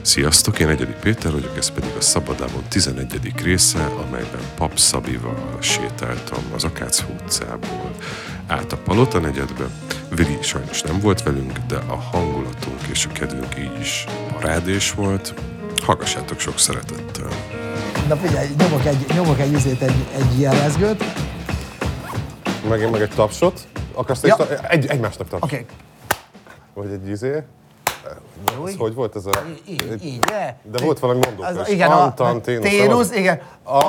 Sziasztok, én Egyedi Péter vagyok, ez pedig a Szabadávon 11. része, amelyben Pap Szabival sétáltam az Akácfó utcából át a Palota negyedbe. Vili sajnos nem volt velünk, de a hangulatunk és a kedvünk így is parádés volt. Hallgassátok sok szeretettel! Na figyelj, nyomok egy jelezgőt. Meg egy tapsot. Akarsz Ja. egymásnak taps? Oké. Vagy egy izé. Ez hogy volt ez a... Így, De volt valami mondók is. Igen, Antanténusz, igen.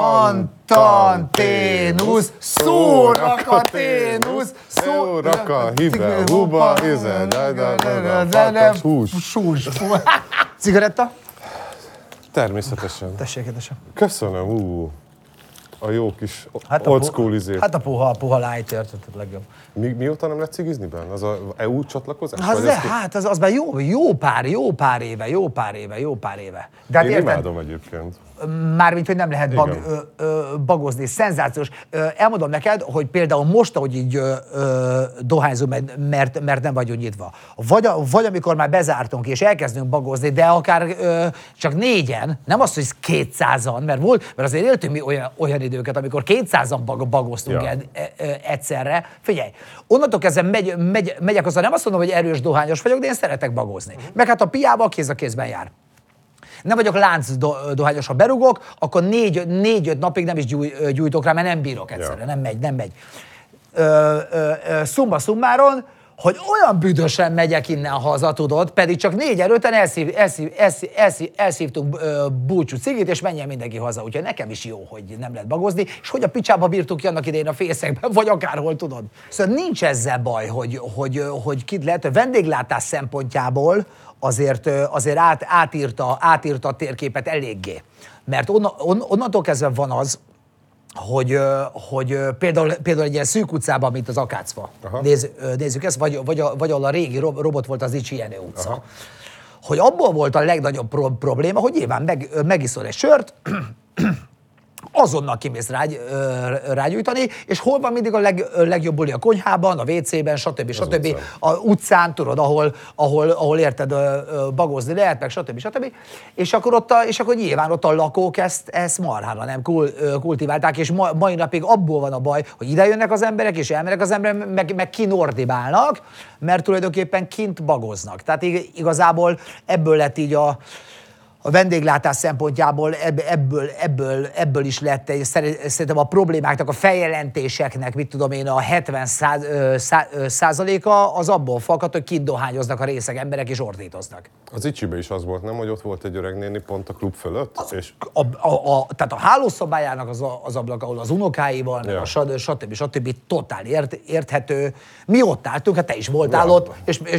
Antanténusz, Szórakaténusz, Szóraka, hibe, huba, ize, fakas, hús. Cigaretta? Természetesen. Tessék, édesem. Köszönöm, a jó kis old school izé. Hát a puha light érted, legjobb. Mióta nem lehet cigizni benne? Az a EU csatlakozás? Az már jó pár éve. De hát Én érted, imádom egyébként. mármint, hogy nem lehet bagozni. Szenzációs. Elmondom neked, hogy például most, ahogy így dohányzunk, mert nem vagyunk nyitva. Vagy amikor már bezártunk és elkezdünk bagozni, de akár csak 4-en, nem az, hogy 200-an, mert azért éltünk mi olyan időket, amikor 200-an bagoztunk egyszerre. Figyelj, onnantól kezdve megyek hozzá, nem azt mondom, hogy erős dohányos vagyok, de én szeretek bagozni. Meg hát a piával kéz a kézben jár. Nem vagyok láncdohányos, ha berugok, akkor 4-5 napig nem is gyújtok rá, mert nem bírok egyszerűen, nem megy. Szumma szummáron, hogy olyan büdösen megyek innen haza, tudod, pedig csak 4-5-en elszívtunk búcsú cigit, és menjen mindenki haza. Úgyhogy nekem is jó, hogy nem lehet bagozni, és hogy a picsába bírtuk ki annak idején a fészekben, vagy akárhol, tudod. Szóval nincs ezzel baj, hogy kit lehet, a vendéglátás szempontjából azért átírta a térképet eléggé. Mert onnantól kezdve van az, hogy például egy ilyen szűk utcában, mint az Akácfa. Nézzük ezt, vagy ahol a régi robot volt, az Icsi Jenő utca. Aha. Hogy abból volt a legnagyobb probléma, hogy nyilván megiszol egy sört, azonnal kimész rágyújtani, és hol van mindig a legjobb buli? A konyhában, a WC-ben, stb. A utcán, tudod, ahol érted, bagozni lehet, meg stb. És akkor nyilván ott a lakók ezt marhára nem kultiválták, és mai napig abból van a baj, hogy ide jönnek az emberek, és elmennek az emberek, meg kinordibálnak, mert tulajdonképpen kint bagoznak. Tehát igazából ebből lett így a vendéglátás szempontjából ebből is lett, szerintem a problémáknak, a feljelentéseknek, mit tudom én, a 70%-a az abból fakad, hogy kint dohányoznak a részeg emberek és ordítoznak. Az Icsibe is az volt, nem, hogy ott volt egy öreg néni pont a klub fölött? Tehát a hálószobájának az ablak, ahol az unokáival, stb. Totál érthető. Mi ott álltunk, hát te is voltál ott,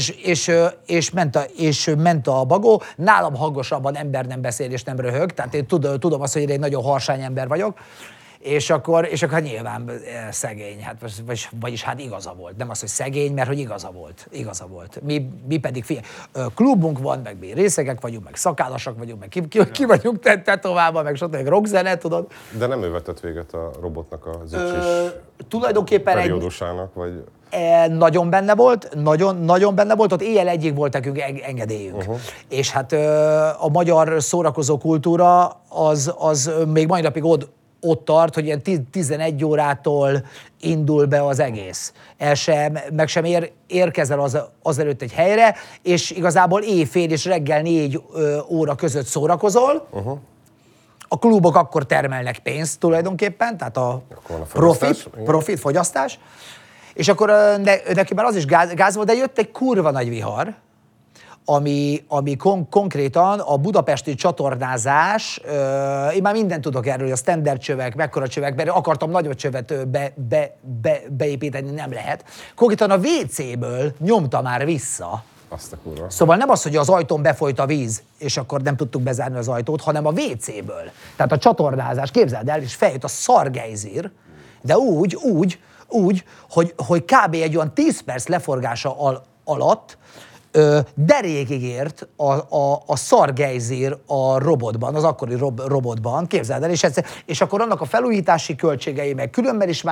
és ment a bagó. Nálam hangosabban ember nem beszél és nem röhög, tehát én tudom azt, hogy én egy nagyon harsány ember vagyok, és akkor nyilván szegény, hát, vagyis hát igaza volt. Nem az, hogy szegény, mert hogy igaza volt. Mi pedig, figyelj, klubunk van, meg mi részegek vagyunk, meg szakállasak vagyunk, meg ki vagyunk tetoválva, meg stb. Meg rockzene, tudod. De nem ő vetett véget a robotnak az Icsis tulajdonképpen periódusának, vagy... Nagyon benne volt, nagyon benne volt, ott éjjel egyig volt nekünk engedélyünk. És hát a magyar szórakozó kultúra az még mai napig ott tart, hogy ilyen 11 órától indul be az egész. Meg sem érkezel azelőtt egy helyre, és igazából éjfél és reggel 4 óra között szórakozol. A klubok akkor termelnek pénzt tulajdonképpen, tehát a profit, fogyasztás. És akkor neki már az is gáz volt, de jött egy kurva nagy vihar, ami konkrétan a budapesti csatornázás, én már mindent tudok erről, hogy a standard csövek, mekkora csövek, mert akartam nagyobb csövet beépíteni, nem lehet. Konkrétan a WC-ből nyomta már vissza. Azt a kurva. Szóval nem az, hogy az ajtón befolyt a víz, és akkor nem tudtuk bezárni az ajtót, hanem a WC-ből. Tehát a csatornázás, képzeld el, és feljött a szargejzír, de úgy, hogy kb. Egy olyan 10 perc leforgása alatt derékig ért a szargejzír a robotban, az akkori robotban, képzeld el, és akkor annak a felújítási költségei, meg különben is már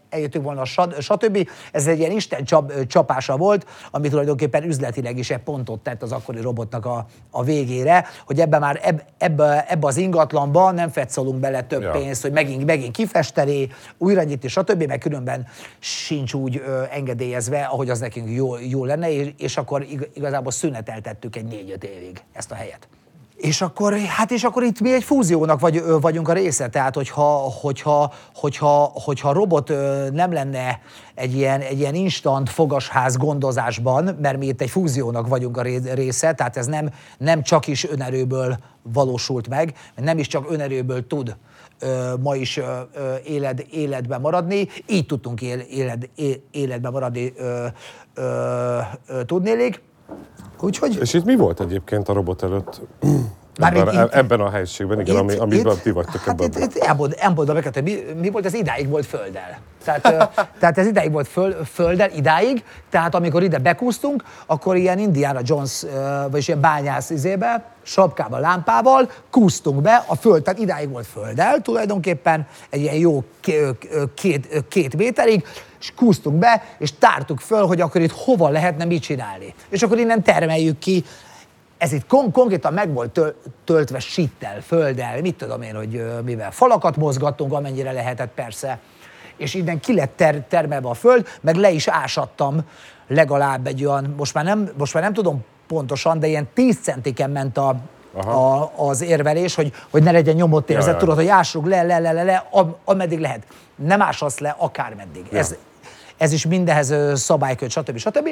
eljöttünk volna, stb. Ez egy ilyen isten csapása volt, ami tulajdonképpen üzletileg is egy pontot tett az akkori robotnak a végére, hogy ebbe az ingatlanba nem fetszolunk bele több pénzt, hogy megint kifesteni, újra nyitni, stb., meg különben sincs úgy engedélyezve, ahogy az nekünk jó lenne, és akkor igazából szüneteltettük egy 4-5 évig ezt a helyet. És akkor itt mi egy fúziónak vagyunk a része, tehát hogyha robot nem lenne egy ilyen instant fogasház gondozásban, mert mi itt egy fúziónak vagyunk a része, tehát ez nem csak is önerőből valósult meg, nem is csak önerőből tud ma is életben maradni, így tudtunk életben maradni tudnélik. Úgyhogy... És itt mi volt egyébként a robot előtt? Ebben a helységben, igen, amiben ti vagytok ebben. Itt elmondom neked, hogy mi volt, ez idáig volt földdel. Tehát ez idáig volt földdel, idáig, tehát amikor ide bekúztunk, akkor ilyen Indiana Jones, vagyis ilyen bányász sapkával, lámpával kúztunk be a föld, tehát idáig volt földdel tulajdonképpen, egy ilyen jó 2 méterig, és kúztunk be, és tártuk föl, hogy akkor itt hova lehetne mit csinálni. És akkor innen termeljük ki. Ez itt konkrétan meg volt töltve sittel, földdel, mit tudom én, hogy mivel falakat mozgattunk, amennyire lehetett persze, és innen ki lett termelve a föld, meg le is ásattam legalább egy olyan, most már nem tudom pontosan, de ilyen 10 centiken ment az érvelés, hogy ne legyen nyomott érzet, tudod, hogy ássuk le, ameddig lehet. Nem áshatsz le akármeddig. Ja. Ez is mindenhez szabályköt, stb.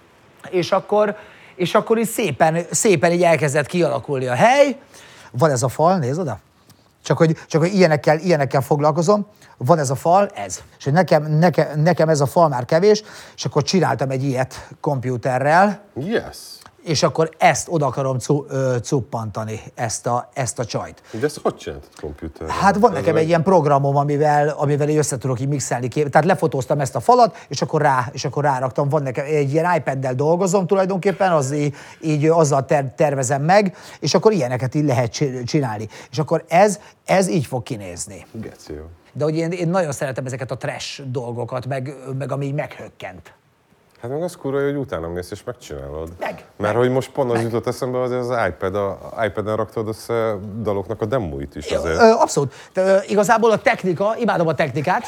És akkor így szépen így elkezdett kialakulni a hely. Van ez a fal, nézd oda. Csak hogy ilyenekkel foglalkozom. Van ez a fal, ez. És hogy nekem ez a fal már kevés, és akkor csináltam egy ilyet kompjúterrel. Yes. És akkor ezt oda akarom cuppantani, ezt a csajt. De ezt hogy csináltad kompjúterrel? Hát van nekem egy ilyen programom, amivel én össze tudok így mixelni. Tehát lefotóztam ezt a falat, és akkor ráraktam. Van nekem egy ilyen iPaddel dolgozom tulajdonképpen, így azzal tervezem meg, és akkor ilyeneket így lehet csinálni. És akkor ez így fog kinézni. Geci jó. De hogy én nagyon szeretem ezeket a trash dolgokat, meg ami így meghökkent. Hát meg az kurva, hogy utána mész és megcsinálod. Mert hogy most pont az jutott eszembe, az iPad-en raktad össze daloknak a demóit is azért. Abszolút. Igazából a technika, imádom a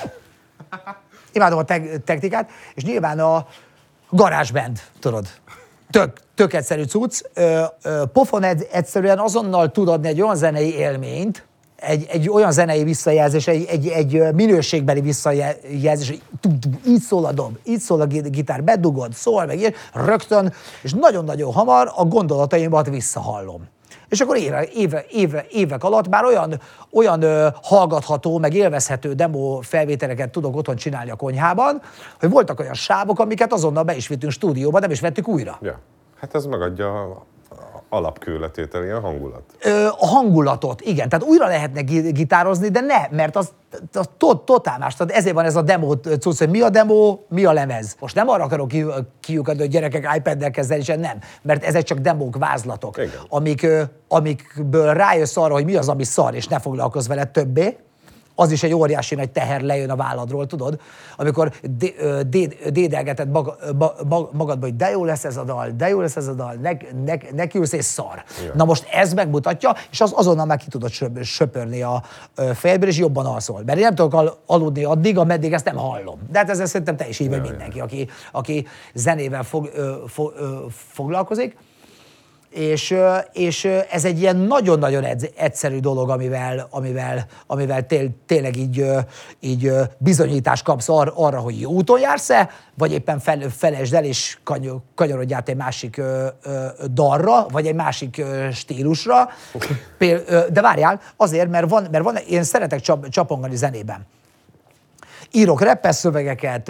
technikát, és nyilván a GarageBand, tudod. Tök egyszerű cucc. Pofon egyszerűen azonnal tud adni egy olyan zenei élményt, egy olyan zenei visszajelzés, egy minőségbeli visszajelzés, hogy így szól a dob, így szól a gitár, bedugod, szól, meg ilyen, rögtön, és nagyon-nagyon hamar a gondolataimat visszahallom. És akkor évek alatt már olyan hallgatható, meg élvezhető demo felvételeket tudok otthon csinálni a konyhában, hogy voltak olyan sávok, amiket azonnal be is vittünk stúdióba, nem is vettük újra. Ja. Hát ez megadja alapkőletétel, ilyen hangulat. A hangulatot, igen. Tehát újra lehetne gitározni, de ne, mert az totál más. Tehát ezért van ez a demo cucc, hogy mi a demo, mi a lemez. Most nem arra akarok kiukadni, hogy gyerekek iPad-del kezdeni, nem, mert ezek csak demók, vázlatok, amikből rájössz arra, hogy mi az, ami szar, és ne foglalkozz vele többé. Az is egy óriási nagy teher lejön a válladról, tudod? Amikor dédelgeted magadba, hogy de jó lesz ez a dal, neki ülsz és szar. Ja. Na most ez megmutatja, és azonnal meg ki tudod söpörni a fejedből, és jobban alszol. Mert én nem tudok aludni addig, ameddig ezt nem hallom. De hát ezzel szerintem te is így vagy mindenki, aki zenével foglalkozik. És ez egy ilyen nagyon-nagyon egyszerű dolog, amivel tényleg így bizonyítást kapsz arra, hogy jó úton jársz-e, vagy éppen felejtsd el, és kanyarodj át egy másik dalra, vagy egy másik stílusra. De várjál, azért, mert van én szeretek csapongani zenében. Írok rappes szövegeket,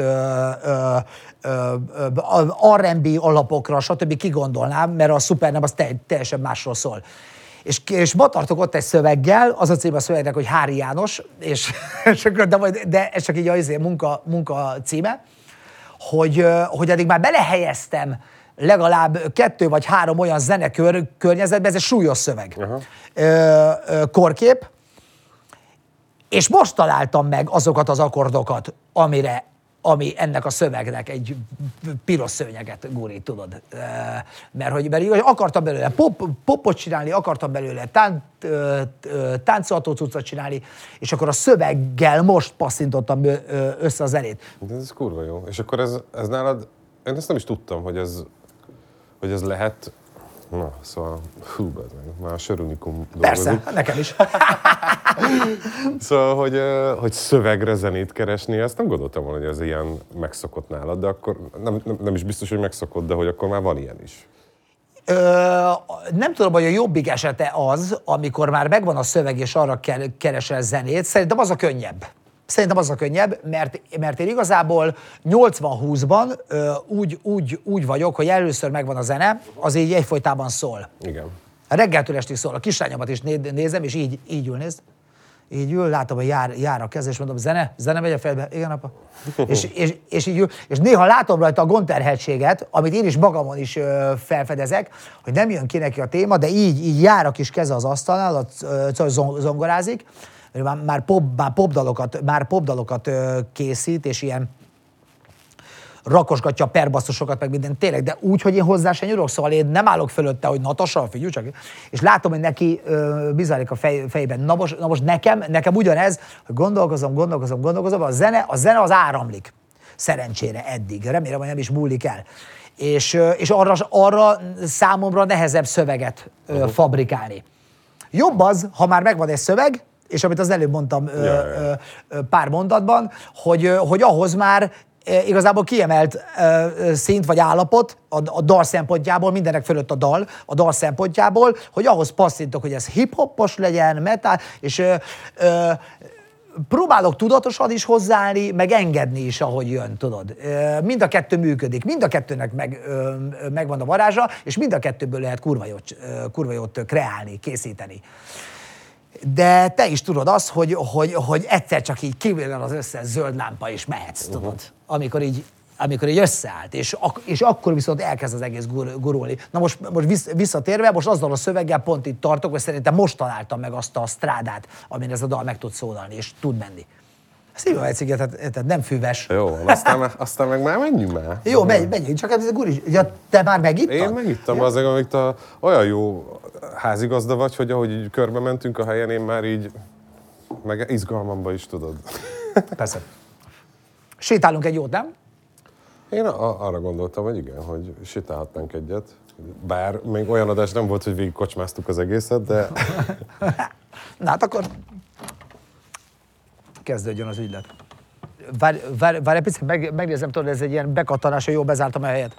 R&B alapokra, stb. Kigondolnám, mert a Supernam az teljesen másról szól. És ma tartok ott egy szöveggel, az a cím a szövegnek, hogy Hári János, de ez csak így a munka címe, hogy eddig már belehelyeztem legalább 2 vagy 3 olyan zenekörnyezetbe, ez egy súlyos szöveg. Korkép, És most találtam meg azokat az akkordokat, ami ennek a szövegnek egy piros szőnyeget gurít, tudod. Mert akartam belőle popot csinálni, akartam belőle táncolható cuccot csinálni, és akkor a szöveggel most passzintottam össze a zenét. De ez kurva jó. És akkor ez nálad, én ezt nem is tudtam, hogy ez lehet. Na, szóval, már a sörunikum dolgozik. Persze, nekem is. Szóval, hogy szövegre zenét keresni, ezt nem gondoltam volna, hogy ez ilyen megszokott nálad, de akkor nem is biztos, hogy megszokott, de hogy akkor már van ilyen is. Nem tudom, hogy a jobbik esete az, amikor már megvan a szöveg, és arra keresel zenét. Szerintem az a könnyebb. Mert én igazából 80-20-ban úgy vagyok, hogy először megvan a zene, az így egyfolytában szól. Igen. A reggeltől estig szól. A kislányomat is nézem, és így ül, nézd. Így ül, látom, hogy jár a keze, és mondom, zene megy a fejedbe? Igen, apa. és így ül. És néha látom rajta a gondterheltséget, amit én is magamon is felfedezek, hogy nem jön ki neki a téma, de így jár a kis keze az asztalnál, zongorázik, már popdalokat készít, és ilyen rakosgatja a perbasszusokat, meg minden, tényleg, de úgy, hogy én hozzá se nyúlok, szóval én nem állok fölötte, hogy Natasa, figyelj csak, és látom, hogy neki bizarik a fejében. Na most nekem ugyanez, hogy gondolkozom, a zene az áramlik. Szerencsére eddig. Remélem, hogy nem is múlik el. És arra számomra nehezebb szöveget fabrikálni. Jobb az, ha már megvan egy szöveg, és amit az előbb mondtam pár mondatban, hogy ahhoz már igazából kiemelt szint vagy állapot a dal szempontjából, mindenek fölött a dal szempontjából, hogy ahhoz passzintok, hogy ez hip-hopos legyen, metal, és próbálok tudatosan is hozzáállni, meg engedni is, ahogy jön, tudod. Mind a kettő működik, mind a kettőnek megvan a varázsa, és mind a kettőből lehet kurva jót kreálni, készíteni. De te is tudod azt, hogy egyszer csak így kivillan az összes zöld lámpa, és mehetsz, tudod. Amikor így összeállt, és akkor viszont elkezd az egész gurulni. Na most visszatérve, most azzal a szöveggel pont itt tartok, hogy szerintem most találtam meg azt a strádát, amin ez a dal meg tud szólalni, és tud menni. Szívem egy ciget, tehát nem füves. Jó, aztán meg már menjünk már. Jó, menjünk, csak ez a guri. Ja, te már megittad? Én megittam, azért, amíg te olyan jó házigazda vagy, hogy ahogy így körbe mentünk a helyen, én már így meg izgalmamba is tudod. Persze. Sétálunk egy jót, nem? Én arra gondoltam, hogy igen, hogy sétálhatnánk egyet. Bár még olyan adás nem volt, hogy végigkocsmáztuk az egészet, de... Na hát akkor kezdődjön az ügylet. Várj egy picit, megnézem, tudod, ez egy ilyen bekattanás, hogy jól bezártam a helyet.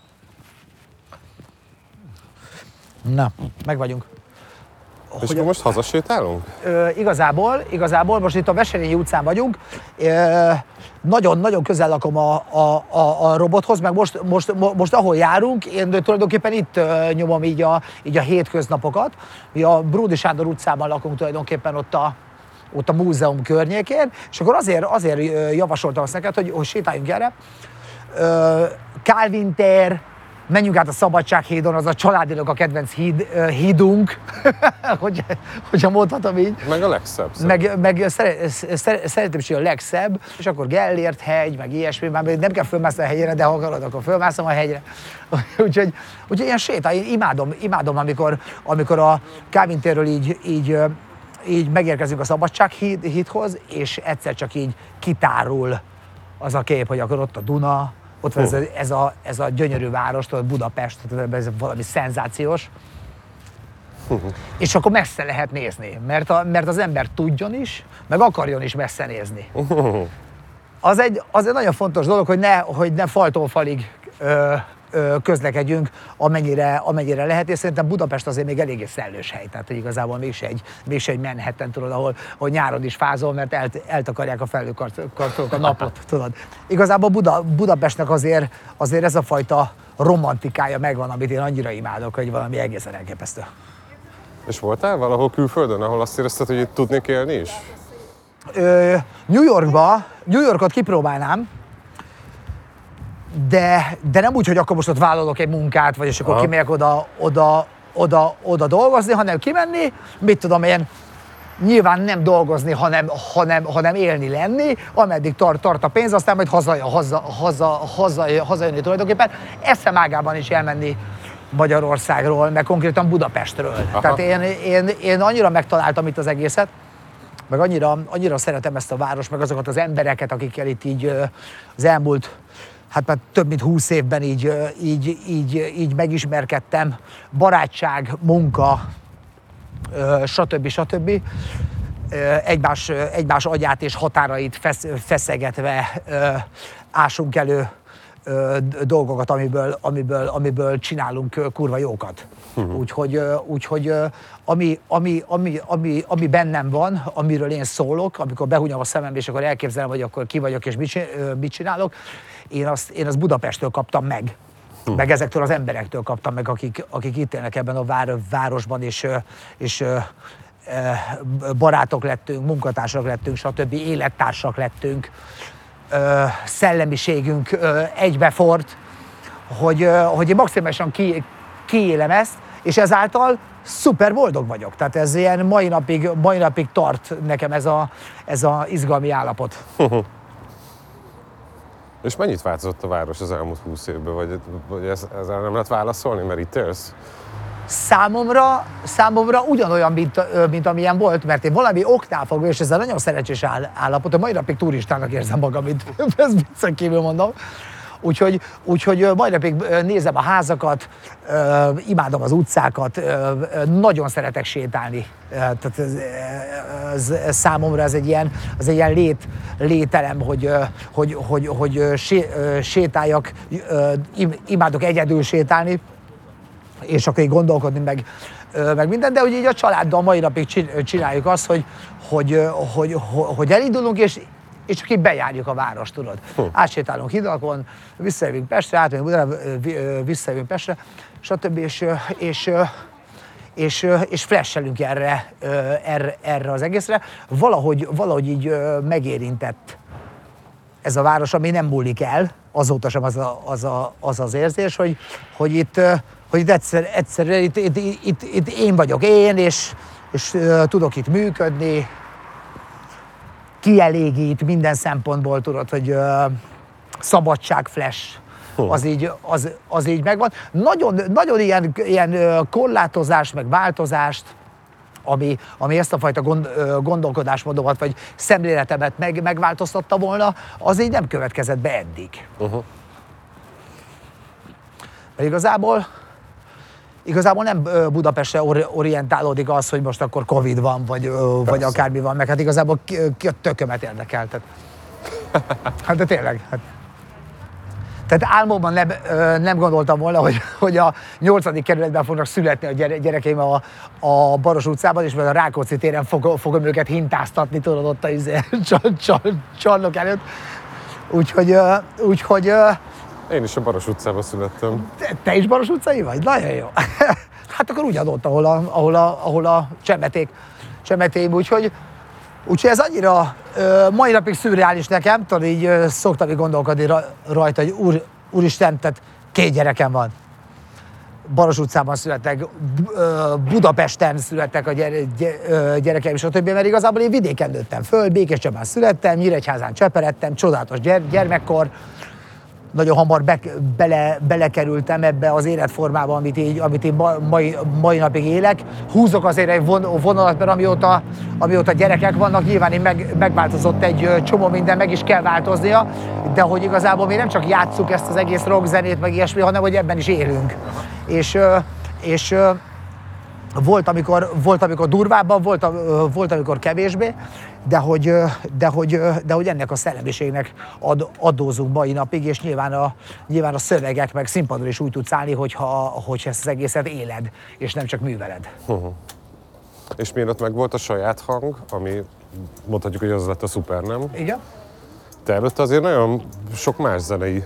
Na, meg vagyunk. És akkor most hazasétálunk? Igazából most itt a Veselényi utcán vagyunk. Nagyon-nagyon közel lakom a robothoz, meg most ahol járunk, én tulajdonképpen itt nyomom így a hétköznapokat. Mi a Bródi Sándor utcában lakunk tulajdonképpen ott a múzeum környékén, és akkor azért javasoltam azt neked, hogy sétáljunk erre. Kálvin tér, menjünk át a Szabadsághídon, az a családilag a kedvenc hídunk, hogyha mondhatom így. Meg a legszebb. Meg szeretem is, hogy a legszebb, és akkor Gellért hegy, meg ilyesmi, már nem kell fölmászni a hegyre, de ha akarod, akkor fölmászom a hegyre. Úgyhogy ilyen séta, én imádom, amikor a Kálvin térről így megérkezünk a Szabadsághídhoz, és egyszer csak így kitárul az a kép, hogy akkor ott a Duna, ott van ez a gyönyörű város, Budapest, ez valami szenzációs. És akkor messze lehet nézni, mert az ember tudjon is, meg akarjon is messze nézni. Az egy nagyon fontos dolog, hogy ne faltól falig közlekedjünk, amennyire lehet, és szerintem Budapest azért még eléggé szellős hely, tehát hogy igazából mégse egy Manhattan, tudod, ahol nyáron is fázol, mert eltakarják a felhőkarcolók a napot, tudod. Igazából Budapestnek azért ez a fajta romantikája megvan, amit én annyira imádok, hogy valami egészen elképesztő. És voltál valahol külföldön, ahol azt érezted, hogy itt tudnék élni is? New Yorkot kipróbálnám, de nem úgy, hogy akkor most ott vállalok egy munkát, vagy és akkor kimegyek oda dolgozni, hanem kimenni, mit tudom én, nyilván nem dolgozni, hanem élni, lenni, ameddig tart a pénz, aztán majd hazajönni tulajdonképpen. Eszemágában is elmenni Magyarországról, meg konkrétan Budapestről. Aha. Tehát én annyira megtaláltam itt az egészet, meg annyira szeretem ezt a várost, meg azokat az embereket, akikkel itt így az elmúlt, hát már több mint 20 évben így megismerkedtem. Barátság, munka, stb. Egymás agyát és határait feszegetve ásunk elő dolgokat, amiből csinálunk kurva jókat. Úgyhogy ami bennem van, amiről én szólok, amikor behúnyom a szemembe, és akkor elképzelem, hogy akkor ki vagyok és mit csinálok, én azt Budapesttől kaptam meg. Meg ezektől az emberektől kaptam meg, akik itt élnek ebben a városban, és barátok lettünk, munkatársak lettünk, stb. Élettársak lettünk, szellemiségünk egybefort, hogy én maximálisan kiélem ezt, és ezáltal szuper boldog vagyok. Tehát ez ilyen mai napig tart nekem ez a izgalmi állapot. És mennyit változott a város az elmúlt 20 évben, vagy ezzel nem lehet válaszolni, mert itt élsz? Számomra ugyanolyan, mint amilyen volt, mert én valami oknál fogva, és ezzel nagyon szerencsés állapot, a mai napig turistának érzem magam, mint ezt viccen kívül mondom. Úgyhogy mai napig nézem a házakat, imádom az utcákat, nagyon szeretek sétálni. Tehát számomra ez egy ilyen lételem, hogy sétáljak, imádok egyedül sétálni, és akkor így gondolkodni meg minden, de hogy így a családdal mai napig csináljuk azt, hogy elindulunk, és csak így bejárjuk a várost, tudod. Átsétálunk hidakon, visszajövünk Pestre, átmegyünk Budára, visszajövünk Pestre, stb. És flashelünk erre az egészre. Valahogy így megérintett ez a város, ami nem múlik el, azóta sem az érzés, hogy itt egyszerűen itt én vagyok én, és tudok itt működni, kielégít minden szempontból, tudod, hogy szabadság flash, az így megvan. Nagyon ilyen korlátozást, meg változást, ami ezt a fajta gondolkodásmódomat, vagy szemléletemet megváltoztatta volna, az így nem következett be eddig. Mert igazából nem Budapestre orientálódik az, hogy most akkor Covid van, vagy akármi van, meg hát igazából tökömet érdekel. Hát de tényleg. Tehát álmomban nem gondoltam volna, hogy a 8. kerületben fognak születni a gyerekeim a Baros utcában, és majd a Rákóczi téren fogom őket hintáztatni, tudod, ott a csarnok előtt. Úgyhogy én is a Baros utcában születtem. Te is Baros utcai vagy? Nagyon jó. Hát akkor ugyanott, ahol a csemetéim, úgyhogy ez annyira mai napig szürreális nekem, tudod, így szoktam így gondolkodni rajta, hogy úristen, tehát 2 gyerekem van. Baros utcában születtek, Budapesten születtek a gyerekeim, stb. Mert igazából én vidéken nőttem föl, Békéscsabán születtem, Nyíregyházán cseperedtem, csodálatos gyermekkor. Nagyon hamar belekerültem ebbe az életformába, amit én mai napig élek. Húzok azért egy vonalat, mert amióta gyerekek vannak, nyilván megváltozott egy csomó minden, meg is kell változnia, de hogy igazából mi nem csak játsszuk ezt az egész rockzenét, meg ilyesmi, hanem hogy ebben is élünk. És volt, amikor durvábban, volt, amikor kevésbé, de hogy ennek a szellemiségnek adózunk mai napig, és nyilván a szövegek meg színpadon is úgy tudsz állni, hogyha ezt az egészet éled, és nem csak műveled. És mielőtt meg volt a saját hang, ami mondhatjuk, hogy az lett a szuper, nem? Igen. Te előtte azért nagyon sok más zenei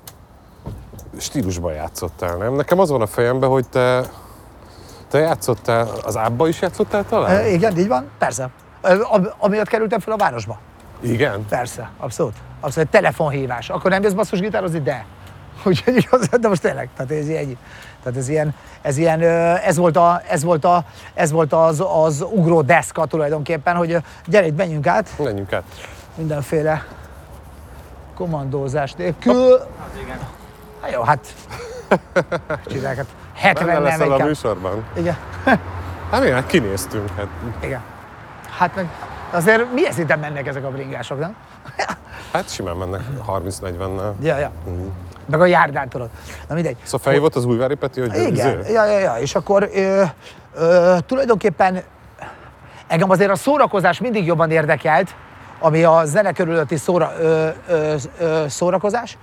stílusban játszottál, nem? Nekem az van a fejemben, hogy te játszottál, az Ábba is játszottál talán? Igen, így van, persze. Amiatt kerültem fel a városba. Igen? Persze, abszolút. Abszolút, telefonhívás. Akkor nem jössz basszusgitározni, de. Úgyhogy, de most tényleg, tehát ez volt az ugró deszka tulajdonképpen, hogy gyere itt, menjünk át. Menjünk át. Mindenféle kommandózás nélkül. Hát jó, hát csinálják, hát Benne 70-nel leszel a megy. műsorban? Igen. Hát mi, hát kinéztünk. Hát. Igen. Hát meg azért milyen szinten mennek ezek a bringások, nem? Hát simán mennek 30-40-nel. Ja. Meg a járdán tudod. Na mindegy. Szóval fejé volt az Újvári Peti, hogy Igen, ja. És akkor tulajdonképpen engem azért a szórakozás mindig jobban érdekelt, ami a zene körülötti szórakozás,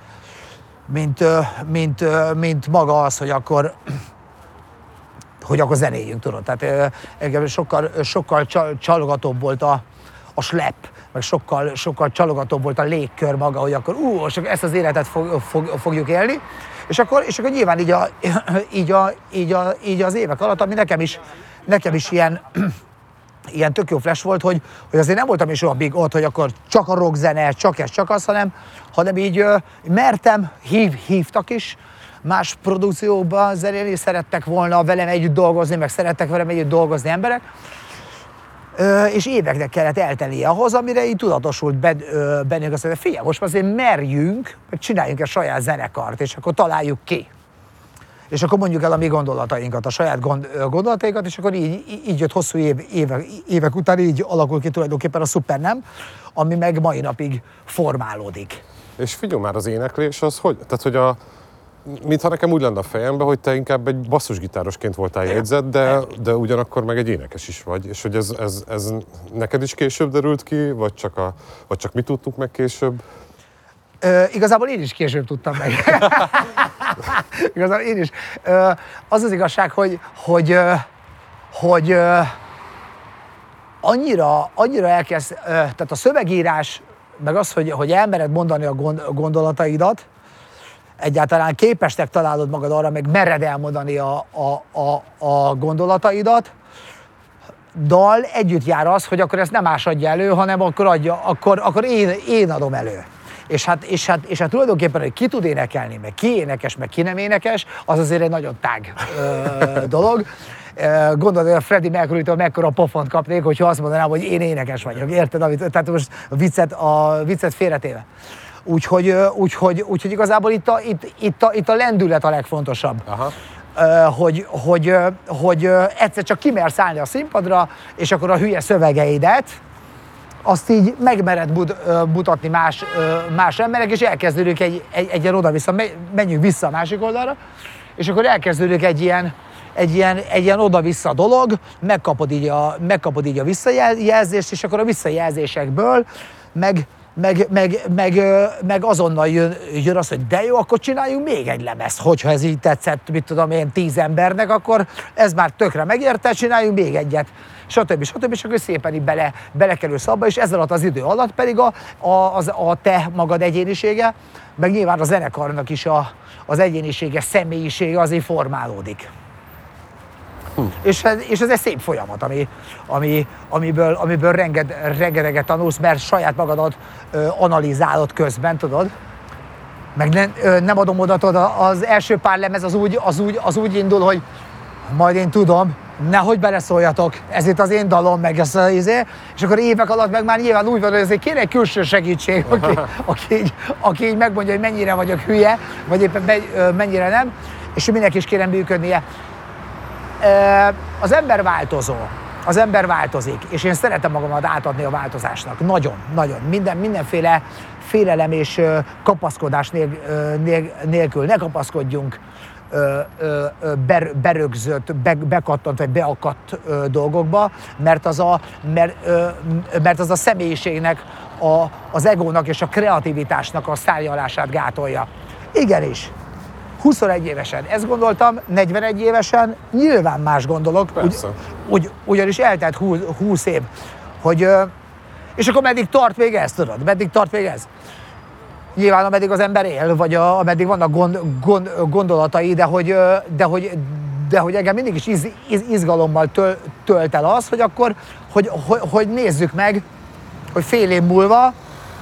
mint maga az, hogy akkor zenéljünk, tudod. Tehát engem sokkal csalogatóbb volt a slep, meg sokkal csalogatóbb volt a légkör maga, hogy akkor ezt az életet fogjuk élni. És akkor nyilván így az évek alatt, ami nekem is ilyen tök jó flash volt, hogy azért nem voltam is olyan big ott, hogy akkor csak a rock zene, csak ez, csak az, hanem így mertem, hívtak is, más produkcióban zenélni, szerettek volna velem együtt dolgozni, meg szerettek velem együtt dolgozni emberek. És éveknek kellett eltennie ahhoz, amire így tudatosult bennünk azt, hogy figyelj, most azért merjünk, meg csináljunk egy saját zenekart, és akkor találjuk ki. És akkor mondjuk el a mi gondolatainkat, a saját gondolatainkat, és akkor így jött hosszú évek után, így alakul ki tulajdonképpen a Supernem, ami meg mai napig formálódik. És figyelj már, az éneklés az hogy? Tehát, hogy mintha nekem úgy lenne a fejemben, hogy te inkább egy basszusgitárosként voltál jegyzett, de ugyanakkor meg egy énekes is vagy. És hogy ez neked is később derült ki, vagy csak mi tudtuk meg később? Igazából én is később tudtam meg. Igazából én is. Az az igazság, hogy annyira elkezd, tehát a szövegírás, meg az, hogy elmered mondani a gondolataidat, egyáltalán képesnek találod magad arra, meg mered elmondani a gondolataidat, dal együtt jár az, hogy akkor ezt nem más adja elő, hanem akkor én adom elő. És hát tulajdonképpen, hogy ki tud énekelni, meg ki énekes, meg ki nem énekes, az azért egy nagyon tág dolog. Gondolod, hogy a Freddie Mercury-től mekkora pofont kapnék, hogyha azt mondanám, hogy én énekes vagyok. Érted? Tehát most a viccet félretéve. Úgyhogy igazából itt a lendület a legfontosabb. Aha. Hogy egyszer csak kimersz állni a színpadra, és akkor a hülye szövegeidet, azt így megmered mutatni más emberek, és elkezdődik egy ilyen oda-vissza, menjünk vissza a másik oldalra, és akkor elkezdődik egy ilyen oda-vissza dolog, megkapod így a visszajelzést, és akkor a visszajelzésekből meg azonnal jön az, hogy de jó, akkor csináljunk még egy lemezt. Hogyha ez így tetszett, mit tudom én, 10 embernek, akkor ez már tökre megérte, csináljunk még egyet. Stb. És akkor szépen így belekerülsz abba, és ez alatt az idő alatt pedig a te magad egyénisége, meg nyilván a zenekarnak is az egyénisége, személyisége azért formálódik. És ez egy szép folyamat, amiből rengeteget tanulsz, mert saját magadat analizálod közben, tudod? Meg nem adom oda, tudod, az első pár lemez az úgy indul, hogy majd én tudom, nehogy beleszóljatok, ez itt az én dalom, meg ez az izé, és akkor évek alatt meg már nyilván úgy van, hogy azért kéne egy külső segítség, aki így megmondja, hogy mennyire vagyok hülye, vagy éppen mennyire nem, és mindenki is kéne működnie. Az ember változik, és én szeretem magamat átadni a változásnak. Nagyon. Mindenféle félelem és kapaszkodás nélkül. Ne kapaszkodjunk berögzött, bekattant vagy beakadt dolgokba, mert az a személyiségnek, az egónak és a kreativitásnak a szárnyalását gátolja. Igenis. 21 évesen ezt gondoltam, 41 évesen nyilván más gondolok, ugyanis eltelt 20 év, hogy, és akkor meddig tart még ez, tudod? Meddig tart még ez? Nyilván ameddig az ember él, vagy ameddig vannak gondolatai, de hogy engem mindig is izgalommal tölt el az, hogy akkor, hogy nézzük meg, hogy fél év múlva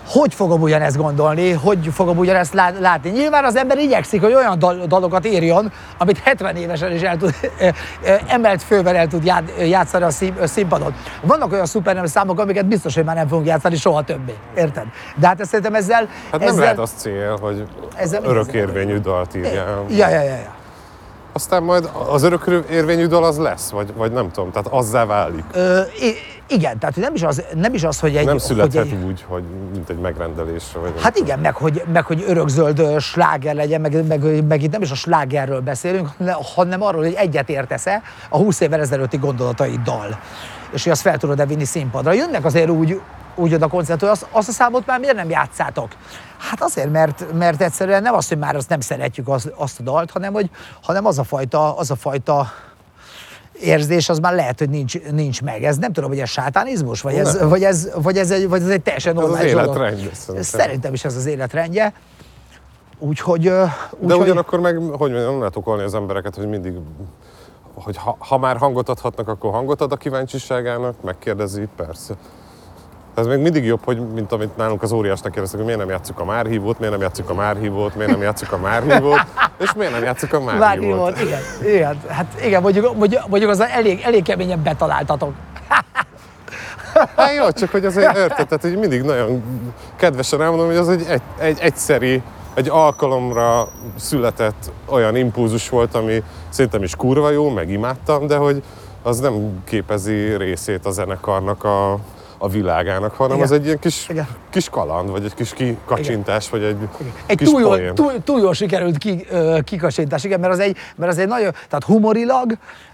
hogy fogom ugyanezt gondolni, hogy fogom ugyanezt látni. Nyilván az ember igyekszik, hogy olyan dalokat írjon, amit 70 évesen is el tud, emelt fővel el tud játszani a színpadon. Vannak olyan szupernem számok, amiket biztos, hogy már nem fogunk játszani soha többé. Érted? De hát szerintem ezzel... Hát nem lehet az cél, hogy örökérvényű dalt írjál. Ja. Aztán majd az örökérvényű dal az lesz, vagy nem tudom, tehát azzá válik. Igen, tehát nem is az, hogy egy... Nem születhet úgy, hogy mint egy megrendelésre. Vagy hát igen, meg hogy örökzöld sláger legyen, meg itt nem is a slágerről beszélünk, hanem arról, hogy egyet értesz-e a 20 évvel ezelőtti gondolataiddal, és hogy azt fel tudod-e vinni színpadra. Jönnek azért úgy oda koncertről, hogy azt a számot már miért nem játszátok? Hát azért, mert egyszerűen nem az, hogy már azt nem szeretjük azt a dalt, hanem az a fajta érzés, az már lehet, hogy nincs meg. Ez nem tudom, hogy ez sátánizmus, vagy ez egy teljesen normális dolog. Ez az életrendje. Szerintem is ez az életrendje. Úgyhogy ugyanakkor meg, hogy nem lehet okolni az embereket, hogy mindig, hogy ha már hangot adhatnak, akkor hangot ad a kíváncsiságának, megkérdezi, persze. Ez még mindig jobb, hogy mint amit nálunk az óriásnak kérdeztek, hogy miért nem játsszuk a márhívót, miért nem játsszuk a márhívót, miért nem játsszuk a márhívót, és miért nem játsszuk a márhívót. Igen. Hát igen, mondjuk az elég keményen betaláltatok. Hát jó, csak hogy azért érted, tehát hogy mindig nagyon kedvesen elmondom, hogy az egy egyszeri, egy alkalomra született olyan impulzus volt, ami szerintem is kurva jó, meg imádtam, de hogy az nem képezi részét a zenekarnak a világának, hanem az egy ilyen kis kaland, vagy egy kis kikacsintás, vagy egy kis poén. Túl jól sikerült kikacsintás, igen, mert az egy nagyon, tehát humorilag,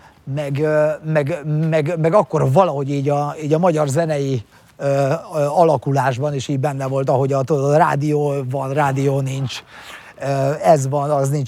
meg akkor valahogy így a magyar zenei alakulásban is így benne volt, ahogy a rádió van, rádió nincs, ez van, az nincs,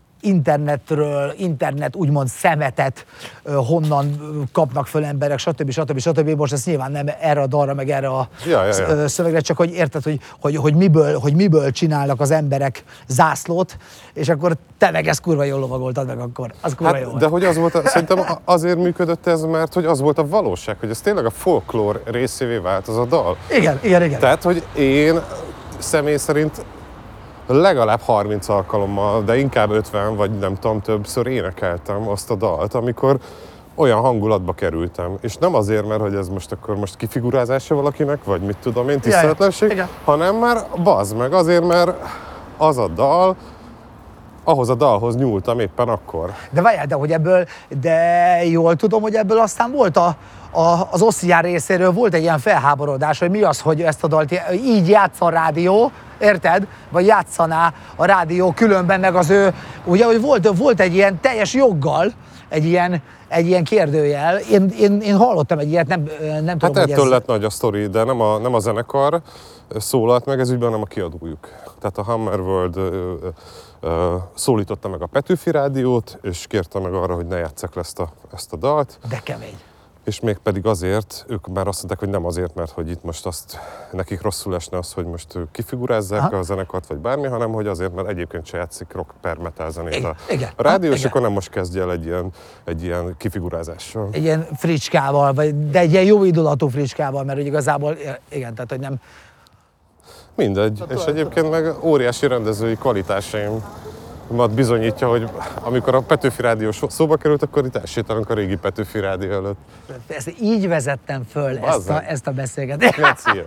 internet úgymond szemetet honnan kapnak föl emberek, stb. Most ez nyilván nem erre a dalra, meg erre a szövegre, csak hogy érted, hogy miből csinálnak az emberek zászlót, és akkor te meg ezt kurva jól lovagoltad meg akkor. Az kurva jó. De hogy az volt, szerintem azért működött ez, mert hogy az volt a valóság, hogy ez tényleg a folklór részévé vált az a dal. Igen. Tehát, hogy én személy szerint legalább 30 alkalommal, de inkább 50, vagy nem tudom, többször énekeltem azt a dalt, amikor olyan hangulatba kerültem. És nem azért, mert hogy ez most kifigurázása valakinek, vagy mit tudom én, tiszteletlenség, hanem már bazd meg azért, mert az a dal, ahhoz a dalhoz nyúltam éppen akkor. De várjál, de jól tudom, hogy ebből aztán volt az Osztriyán részéről volt egy ilyen felháborodás, hogy mi az, hogy ezt a dalt így játsz a rádió, érted? Vagy játszaná a rádió különben, meg az ő, ugye, hogy volt egy ilyen teljes joggal, egy ilyen kérdőjel. Én hallottam egy ilyet, nem tudom, hát hogy ettől lett nagy a sztori, de nem a zenekar szólalt meg ez ügyben, hanem a kiadójuk. Tehát a Hammerworld szólította meg a Petőfi Rádiót, és kérte meg arra, hogy ne játsszak le ezt a dalt. De kemény. És mégpedig azért, ők már azt mondták, hogy nem azért, mert hogy itt most nekik rosszul esne az, hogy most kifigurázzák a zenekart, vagy bármi, hanem hogy azért, mert egyébként se játszik rock per metal zenét a rádió, és akkor nem most kezdje el egy ilyen kifigurázással. Egy ilyen fricskával, de egy ilyen jó indulatú fricskával, mert hogy igazából, igen, tehát hogy nem... Mindegy, és egyébként meg óriási rendezői kvalitásaim bizonyítja, hogy amikor a Petőfi Rádió szóba került, akkor itt elsétálunk a régi Petőfi Rádió előtt. Ezt így vezettem föl ezt a beszélgetést.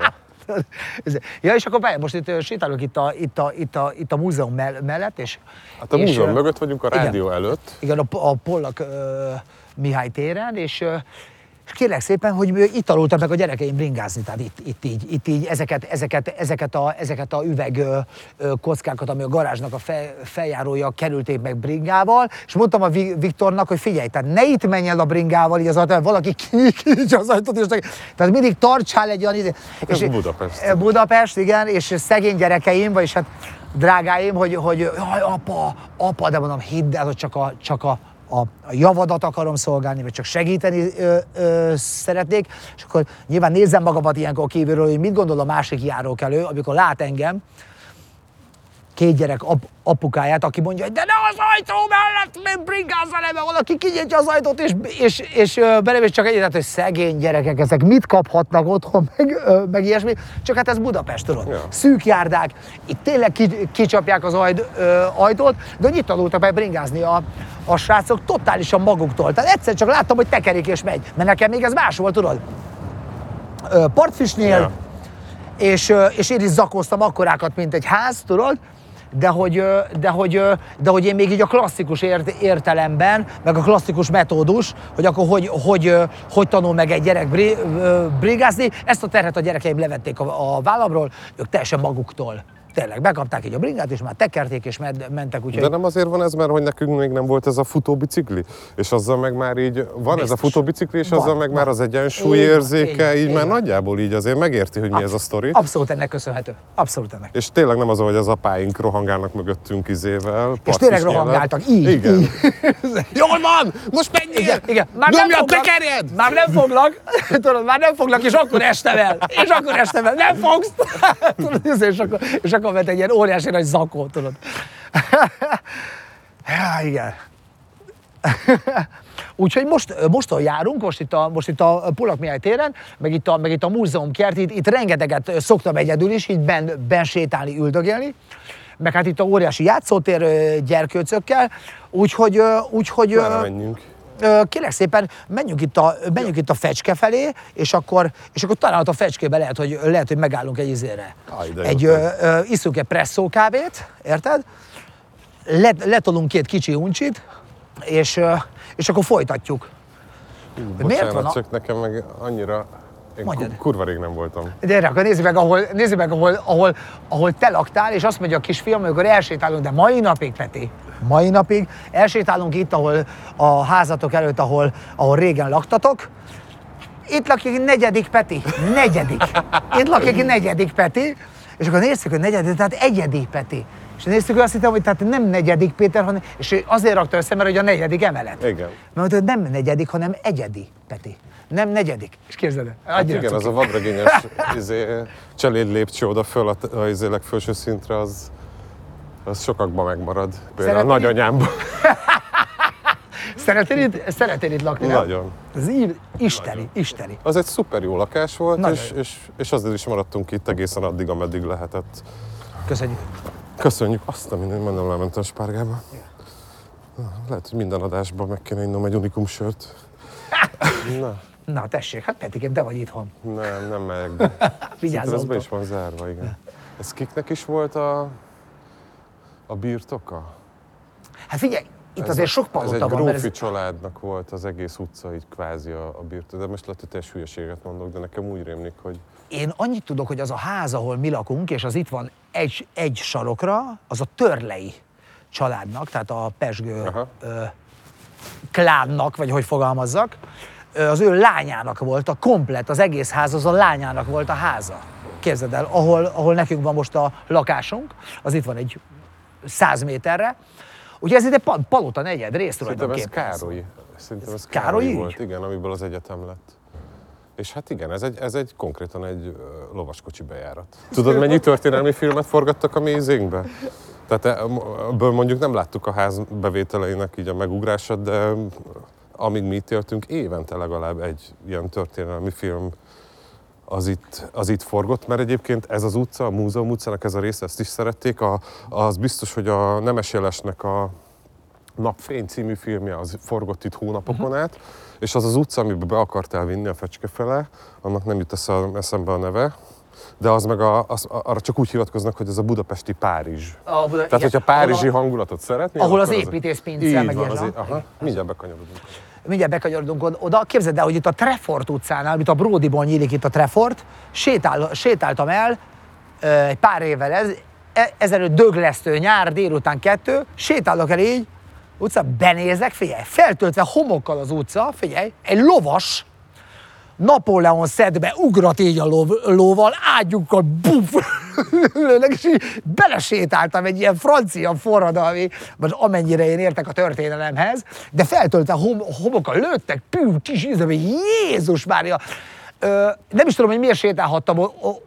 Ja, és akkor most itt sétálok itt a múzeum mellett, és... Hát a múzeum mögött vagyunk, a rádió előtt. Igen, a Pollak Mihály téren, és kérlek szépen, hogy itt tanultam meg a gyerekeim bringázni, tehát itt így ezeket a üveg kockákat, ami a garázsnak a feljárója kerülték meg bringával, és mondtam a Viktornak, hogy figyelj, tehát ne itt menj el a bringával, így az ajtó, valaki kinyitja az ajtót, és tehát mindig tartsál egy olyan... Ez Budapest. Budapest, igen, és szegény gyerekeim, vagyis hát drágáim, hogy jaj, apa, de mondom, hidd el, hogy csak a javadat akarom szolgálni, vagy csak segíteni szeretnék, és akkor nyilván nézzem magamat ilyenkor kívülről, hogy mit gondol a másik járókelő, amikor lát engem, két gyerek apukáját, aki mondja, hogy de ne az ajtó mellett bringázza le, mert valaki kinyitja az ajtót, és belém, csak egyébként, hogy szegény gyerekek, ezek mit kaphatnak otthon, meg ilyesmi. Csak hát ez Budapest, tudod. Ja. Szűk járdák, itt tényleg kicsapják az ajtót, de itt tanultak meg bringázni a srácok totálisan maguktól. Tehát egyszer csak láttam, hogy tekerik és megy. Mert nekem még ez más volt, tudod. Partfisnél, Ja. és én is zakóztam akkorákat, mint egy ház, tudod, de hogy én még így a klasszikus értelemben, meg a klasszikus metódus, hogy akkor hogy tanul meg egy gyerek bringázni, ezt a terhet a gyerekeim levették a vállamról, ők teljesen maguktól. Tényleg, bekapták így a bringát, és már tekerték, és mentek, úgyhogy... De nem azért van ez, mert hogy nekünk még nem volt ez a futóbicikli, és azzal meg már így van Biztos. ez a futóbicikli, és Van, azzal meg van. már az egyensúlyérzéke, így már van. nagyjából így azért megérti, hogy mi ez a sztori. Abszolút ennek köszönhető. Abszolút ennek. És tényleg nem az, hogy az apáink rohangálnak mögöttünk izével. És tényleg partfisnyellel. rohangáltak, így. Igen. Így. Jól van! Most menjél! Igen. Nyomj a tekerjed! Már nem foglak, tudod, már nem foglak, és akkor estem el. Nem fogsz! Tudod, és akkor ment egy ilyen óriási nagy zakó, tudod. Ja, igen. Úgyhogy most járunk, most itt a Pólak Mihály téren, meg itt a múzeumkert, itt rengeteget szoktam egyedül is, így benn sétálni, üldögélni, meg hát itt a óriási játszótér gyerkőcökkel, úgyhogy Merre menjünk? kérlek szépen, menjünk itt a fecske felé, és akkor talán ott a fecskébe lehet, hogy megállunk egy izére. Iszunk egy presszó kávét, érted? Letolunk két kicsi uncsit, és akkor folytatjuk. Bocsánat, csak nekem meg annyira... Én Mondjad. kurva rég nem voltam. De akkor nézzük meg, ahol te laktál, és azt mondja a kisfiam, amikor elsétálunk, de mai napig, Peti, mai napig elsétálunk itt, ahol a házatok előtt, ahol régen laktatok. Itt lakik negyedik Peti, negyedik. Itt lakik negyedik Peti, és akkor néztük, hogy negyedik, tehát egyedi Peti. És néztük, hogy azt hittem, hogy tehát nem negyedik Péter, hanem, és azért rakta össze, mert hogy a negyedik emelet. Igen. Mert hogy nem negyedik, hanem egyedi Peti. Nem negyedik. És képzeld el. Hát igen, az a vadregényes cseléd lépcső oda föl a legfelső szintre, az sokakban megmarad. Például a nagyanyámban. Szeretnél itt lakni, nem? Nagyon. Ez isteni. Az egy szuper jó lakás volt, Nagyon és azért is maradtunk itt egészen addig, ameddig lehetett. Köszönjük. Köszönjük. Azt a mindent, majdnem lementem a spárgába. Lehet, hogy minden adásban meg kéne innom egy unikum sört. Na tessék, hát Petikém, te vagy itthon. Nem megyek be. Vigyázz, Ez be is van zárva, igen. Ez kiknek is volt a birtoka? Hát figyelj, itt azért sok Ez palota egy van. grófi családnak volt az egész utca, így kvázi a birtok. De most lehet, hogy teljes hülyeséget mondok, de nekem úgy rémlik, hogy... Én annyit tudok, hogy az a ház, ahol mi lakunk, és az itt van egy sarokra, az a Törlei családnak, tehát a Pezsgő klánnak, vagy hogy fogalmazzak, az ő lányának volt a komplet, az egész ház, az a lányának volt a háza. Képzeld el, ahol nekünk van most a lakásunk, az itt van egy 100 méterre. Ugye ez itt egy palota negyed rész tulajdonképpen. Szerintem ez Károly Károlyi ügy? volt, igen, amiből az egyetem lett. És hát igen, ez egy konkrétan egy lovaskocsi bejárat. Tudod, mennyi történelmi filmet forgattak a mi izénkbe? Tehát ebből mondjuk nem láttuk a ház bevételeinek így a megugrását, de amíg mi itt éltünk, évente legalább egy ilyen történelmi film az itt forgott, mert egyébként ez az utca, a Múzeum utcának ez a része, ezt is szerették. Az biztos, hogy a Nemes Jelesnek a Napfény című filmje, az forgott itt hónapokon át, és az utca, amiben be akartál vinni a Fecske fele, annak nem jut eszembe a neve, de az meg arra csak úgy hivatkoznak, hogy ez a budapesti Párizs. Tehát, hogyha párizsi hangulatot szeretnél, ahol akkor az építészpincel meg ilyen. Mindjárt bekanyarodunk. Mindjárt bekanyarodunk oda. Képzeld el, hogy itt a Trefort utcánál, itt a Bródiból nyílik itt a Trefort, sétáltam el egy pár évvel ezelőtt döglesztő nyár, délután 2, sétálok el így, utca, benézek, figyelj, feltöltve homokkal az utca, figyelj, egy lovas, Napóleon szedbe ugrat így a lóval, ágyukkal buf, és így belesétáltam egy ilyen francia forradalmi, vagy amennyire én értek a történelemhez, de feltöltve homokkal lőttek, Jézus Mária. Nem is tudom, hogy miért sétálhattam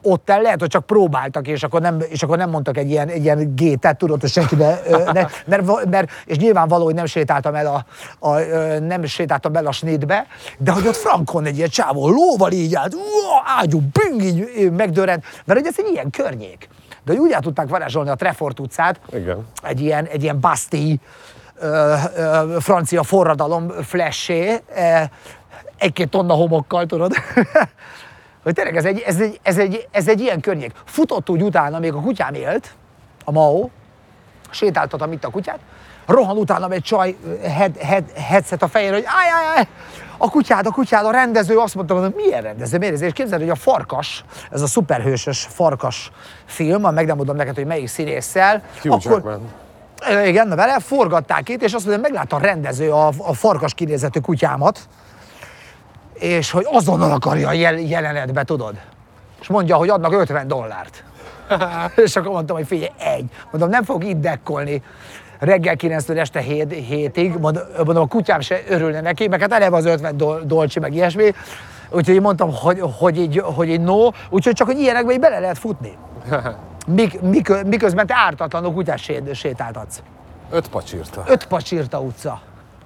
ott el lehet, hogy csak próbáltak, és akkor nem mondtak egy ilyen gétet, tudod, hogy senki mert és nyilvánvaló, hogy nem sétáltam el a snitbe, de hogy ott frankon egy ilyen csávó lóval így állt, ágyú, bing, így megdörrent, mert hogy ez egy ilyen környék. De hogy úgy át tudták varázsolni a Trefort utcát, Igen. egy ilyen Bastille, francia forradalom flashé, 1-2 tonna homokkal, tudod, hogy tényleg ez egy ilyen környék. Futott úgy utána, még a kutyám élt, a Mao, sétáltatom itt a kutyát, rohan utána egy csaj headset a fején, hogy állj, a kutyád, a rendező, azt mondtam, hogy milyen rendező, miért ez? És képzeld, hogy a Farkas, ez a szuperhősös Farkas film, meg nem mondom neked, hogy melyik színésszel, igen, vele forgatták itt, és azt mondja, meglátta a rendező a farkas kinézetű kutyámat, és hogy azonnal akarja a jelenetbe, tudod? És mondja, hogy adnak $50. És akkor mondtam, hogy figyelj, mondom, nem fogok itt dekkolni reggel 9-től este 7-ig, mondom, a kutyám se örülne neki, meg hát eleve az 50 dolcsi, meg ilyesmi, úgyhogy mondtam, hogy így no, úgyhogy csak, hogy ilyenekbe így bele lehet futni. Miközben te ártatlanul kutyás sétáltatsz. 5 pacsirta. 5 pacsirta utca.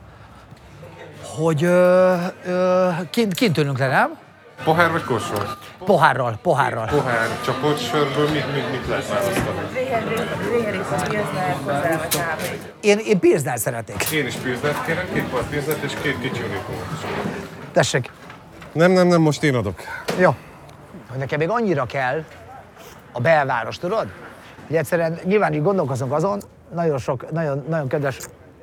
Hogy kint ülünk le, nem? Pohár vagy korsó? Pohárral. Pohár, csoportsorből mit lehet választani? Én pilsnert szeretnék. Én is pilsnert kérek, 2 part pilsnert és 2 kicsi unicornt. Tessék. Nem, most én adok. Jó. Hogy nekem még annyira kell a belváros, tudod? Hogy egyszerűen nyilván így gondolkozunk azon, nagyon kedves,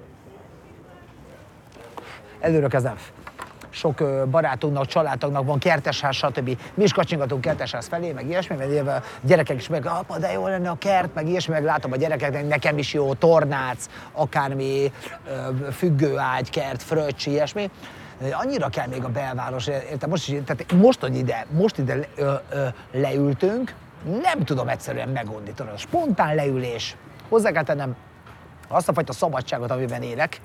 előre kezdem. Sok barátunknak, családtagnak van kertesház, stb. Mi is kacsingatunk kertesház felé, meg ilyesmi, mert a gyerekek is meg, apa, de jó lenne a kert, meg ilyesmi, meg látom a gyerekeknek, nekem is jó, tornác, akármi, függőágy, kert, fröccs, ilyesmi. Annyira kell még a belváros, érted? Most ide leültünk, nem tudom egyszerűen megoldni, tudod, a spontán leülés. Hozzá kell tennem azt a fajta szabadságot, amiben élek,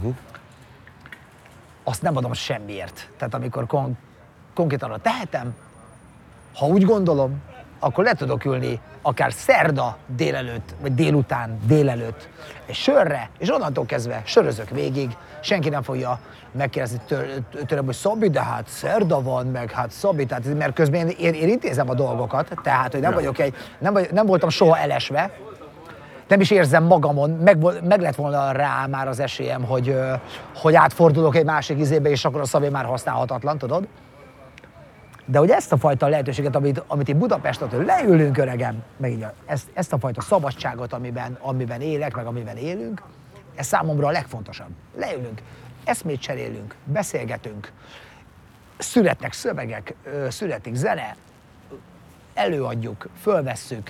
azt nem adom semmiért. Tehát amikor konkrétan tehetem, ha úgy gondolom, akkor le tudok ülni akár szerda délelőtt, vagy délelőtt egy sörre, és onnantól kezdve sörözök végig, senki nem fogja megkérdezni tőlem, hogy Szabi, de hát szerda van, meg hát Szabi, tehát, mert közben én intézem a dolgokat, tehát hogy nem voltam soha elesve, nem is érzem magamon, meg lett volna rá már az esélyem, hogy átfordulok egy másik izébe, és akkor a Szabi már használhatatlan, tudod? De hogy ezt a fajta lehetőséget, amit itt Budapesten leülünk, öregem, meg így ezt a fajta szabadságot, amiben élek, meg amiben élünk, ez számomra a legfontosabb. Leülünk, eszmét cserélünk, beszélgetünk, születnek szövegek, születik zene, előadjuk, fölvesszük.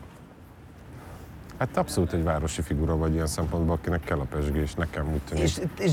Hát abszolút egy városi figura vagy ilyen szempontból, akinek kell a pezsgés, nekem úgy tűnik. És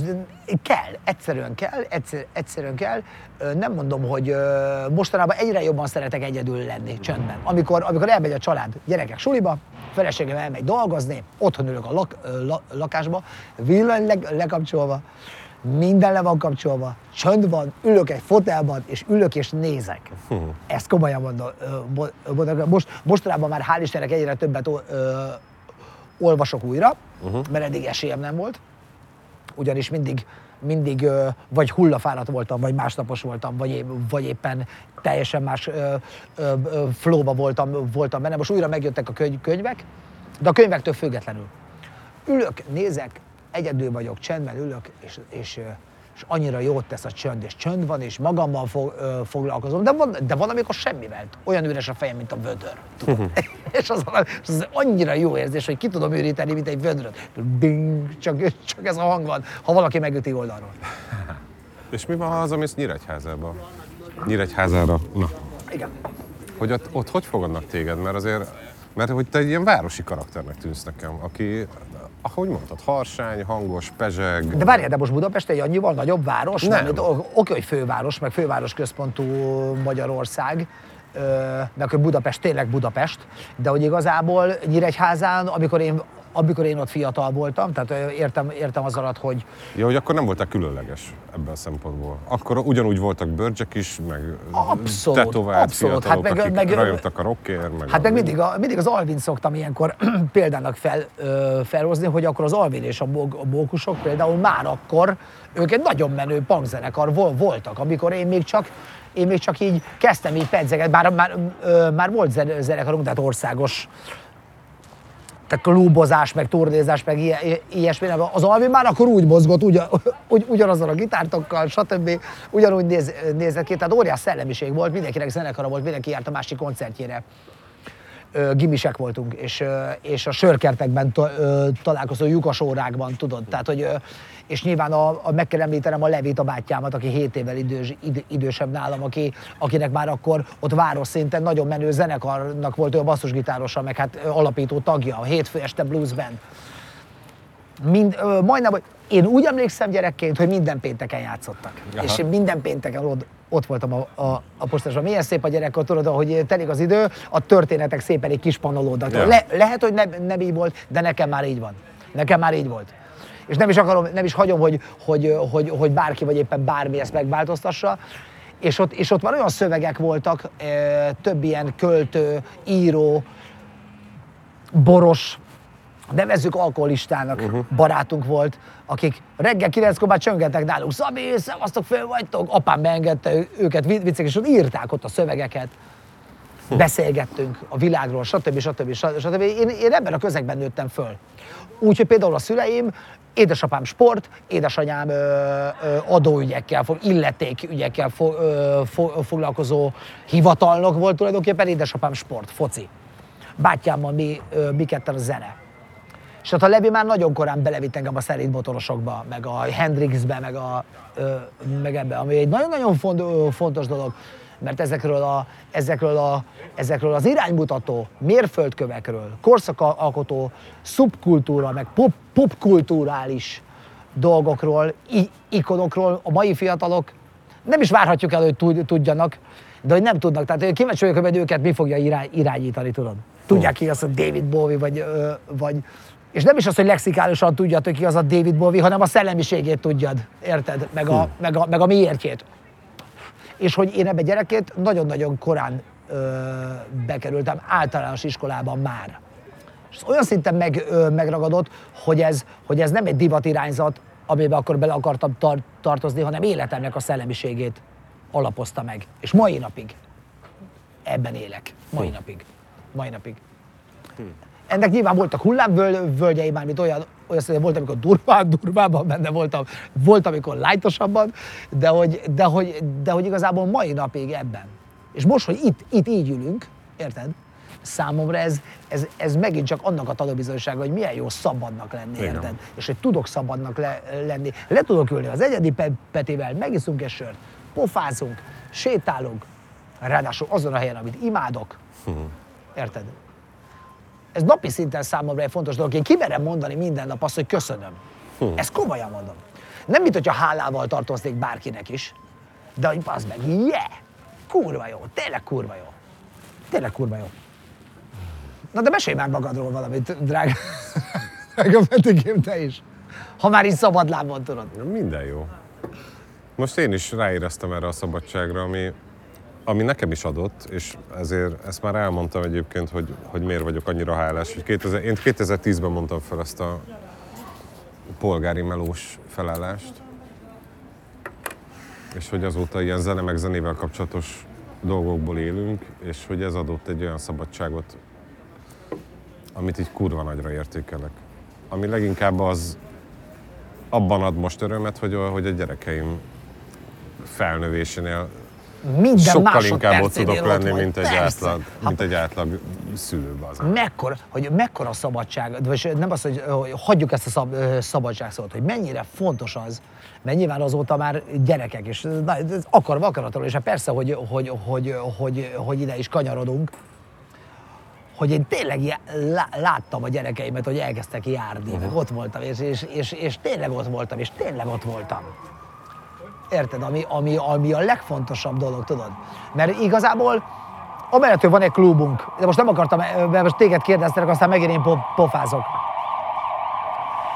egyszerűen kell. Nem mondom, hogy mostanában egyre jobban szeretek egyedül lenni, csöndben. Amikor elmegy a család, gyerekek suliba, feleségem elmegy dolgozni, otthon ülök a lakásba, villany lekapcsolva, minden le van kapcsolva, csönd van, ülök egy fotelban, és ülök és nézek. Ezt komolyan mondom. Mostanában már hál' Istennek egyre többet olvasok újra, mert eddig esélyem nem volt. Ugyanis mindig vagy hullafáradt voltam, vagy másnapos voltam, vagy éppen teljesen más flowba voltam benne. Most újra megjöttek a könyvek, de a könyvektől függetlenül. Ülök, nézek, egyedül vagyok, csendben ülök, és annyira jót tesz a csönd, és csönd van, és magammal foglalkozom, de van, amikor semmivel. Olyan üres a fejem, mint a vödör. És az annyira jó érzés, hogy ki tudom üríteni, mint egy vödröt. Ding, csak ez a hang van, ha valaki megüti oldalról. És mi van, ha hazamész Nyíregyházára? Na. Igen. Hogy ott hogy fogadnak téged? Mert hogy te egy ilyen városi karakternek tűnsz nekem, aki, ahogy mondtad, harsány, hangos, pezseg. De várjál, de most Budapest egy annyival nagyobb város? Nem. Oké, hogy főváros, meg főváros központú Magyarország, meg hogy Budapest tényleg Budapest, de hogy igazából Nyíregyházán, amikor én amikor én ott fiatal voltam, tehát értem az alatt, hogy Ja, hogy akkor nem voltál különleges ebben a szempontból. Akkor ugyanúgy voltak börcsek is, meg tetovált fiatalok, akik rajongtak a rockért. Meg mindig az Alvin szoktam ilyenkor példának felhozni, hogy akkor az Alvin és a mókusok például már akkor, ők egy nagyon menő punkzenekar voltak, amikor én még csak így kezdtem így pedzeget, már volt zenekarunk, tehát országos, tehát klubozás, meg turnézás, meg ilyesmi. Az Alvin már akkor úgy mozgott, ugyanazzal a gitártokkal, stb. Ugyanúgy nézett ki, tehát óriás szellemiség volt, mindenkinek zenekara volt, mindenki járt a másik koncertjére. Gimisek voltunk, és a sörkertekben találkozó lyukasórákban, tudod, tehát, hogy és nyilván meg kell említenem a Levit, a bátyámat, aki 7 évvel idősebb nálam, akinek már akkor ott város szinten nagyon menő zenekarnak volt ő a basszusgitárosa, meg hát alapító tagja, a Hétfő este Blues Band. Majdnem, én úgy emlékszem gyerekként, hogy minden pénteken játszottak. Aha. És én minden pénteken ott voltam a postásban. Milyen szép a gyerekkor, tudod, hogy telik az idő, a történetek szépen egy kispanolódnak. Ja. Lehet, hogy nem így volt, de nekem már így van. Nekem már így volt. És nem is hagyom, hogy bárki vagy éppen bármi ezt megváltoztassa. És ott már olyan szövegek voltak, több ilyen költő, író, boros, nevezzük alkoholistának, barátunk volt, akik reggel 9-kor már csöngettek nálunk, Szabi, szevasztok, föl vagytok, apám beengedte őket viccek, és ott írták ott a szövegeket, beszélgettünk a világról, stb. Én ebben a közegben nőttem föl. Úgyhogy például a szüleim, édesapám sport, édesanyám adóügyekkel, illetékügyekkel foglalkozó hivatalnok volt tulajdonképpen, édesapám sport, foci. Bátyámmal mi ketten a zene. És hát a Levi már nagyon korán belevitt engem a szerintmotorosokba, meg a Hendrixbe, meg ebbe, ami egy nagyon-nagyon fontos dolog, mert ezekről az iránymutató mérföldkövekről, korszakalkotó szubkultúra, meg popkulturális dolgokról, ikonokról a mai fiatalok nem is várhatjuk el, hogy tudjanak, de hogy nem tudnak. Tehát kíváncsi vagyok, hogy őket mi fogja irányítani, tudod? Tudják ki az, hogy David Bowie, vagy és nem is az, hogy lexikálisan tudjad, hogy ki az a David Bowie, hanem a szellemiségét tudjad, érted? Meg a miértjét. És hogy én ebbe gyerekként nagyon-nagyon korán bekerültem általános iskolában már. És olyan szinten megragadott, hogy ez nem egy divatirányzat, amiben akkor bele akartam tartozni, hanem életemnek a szellemiségét alapozta meg. És mai napig ebben élek. Mai napig. Ennek nyilván voltak hullámvölgyei már, mint olyan volt, amikor durvában benne voltam, volt, amikor lighosabban, de hogy igazából mai napig ebben. És most, hogy itt így ülünk, érted? Számomra ez megint csak annak a tanúbizonysága, hogy milyen jó szabadnak lenni, érted? És hogy tudok szabadnak lenni. Le tudok ülni az egyedi Petivel, megiszunk egy sört, pofázunk, sétálunk, ráadásul azon a helyen, amit imádok, érted? Ez napi szinten számomra egy fontos dolog. Én kimerem mondani minden nap azt, hogy köszönöm. Ezt komolyan mondom. Nem, mint hogyha hálával tartoznék bárkinek is, de hogy bazd meg, kurva jó, tényleg kurva jó. Tényleg kurva jó. Na de mesélj már magadról valamit, drága Petikém, te is. Ha már így szabadlábon tudod. Minden jó. Most én is ráéreztem erre a szabadságra, ami nekem is adott, és ezért ezt már elmondtam egyébként, hogy miért vagyok annyira hálás. Én 2010-ben mondtam fel ezt a polgári melós felállást, és hogy azóta ilyen zene meg zenével kapcsolatos dolgokból élünk, és hogy ez adott egy olyan szabadságot, amit így kurva nagyra értékelek. Ami leginkább abban ad most örömet, hogy a gyerekeim felnövésénél sokkal inkább ott tudok lenni, mint egy átlag szülő. Mekkora szabadság, vagy nem az, hogy hagyjuk ezt a szabadságszót, hogy mennyire fontos az, mert nyilván azóta már gyerekek, és akarva akaratlanul, és hát persze, hogy ide is kanyarodunk, hogy én tényleg láttam a gyerekeimet, hogy elkezdtek járni, meg ott voltam, és tényleg ott voltam, és tényleg ott voltam. Érted? Ami a legfontosabb dolog, tudod? Mert igazából amellett, hogy van egy klubunk, de most nem akartam, mert most téged kérdeztek, aztán megint én pofázok.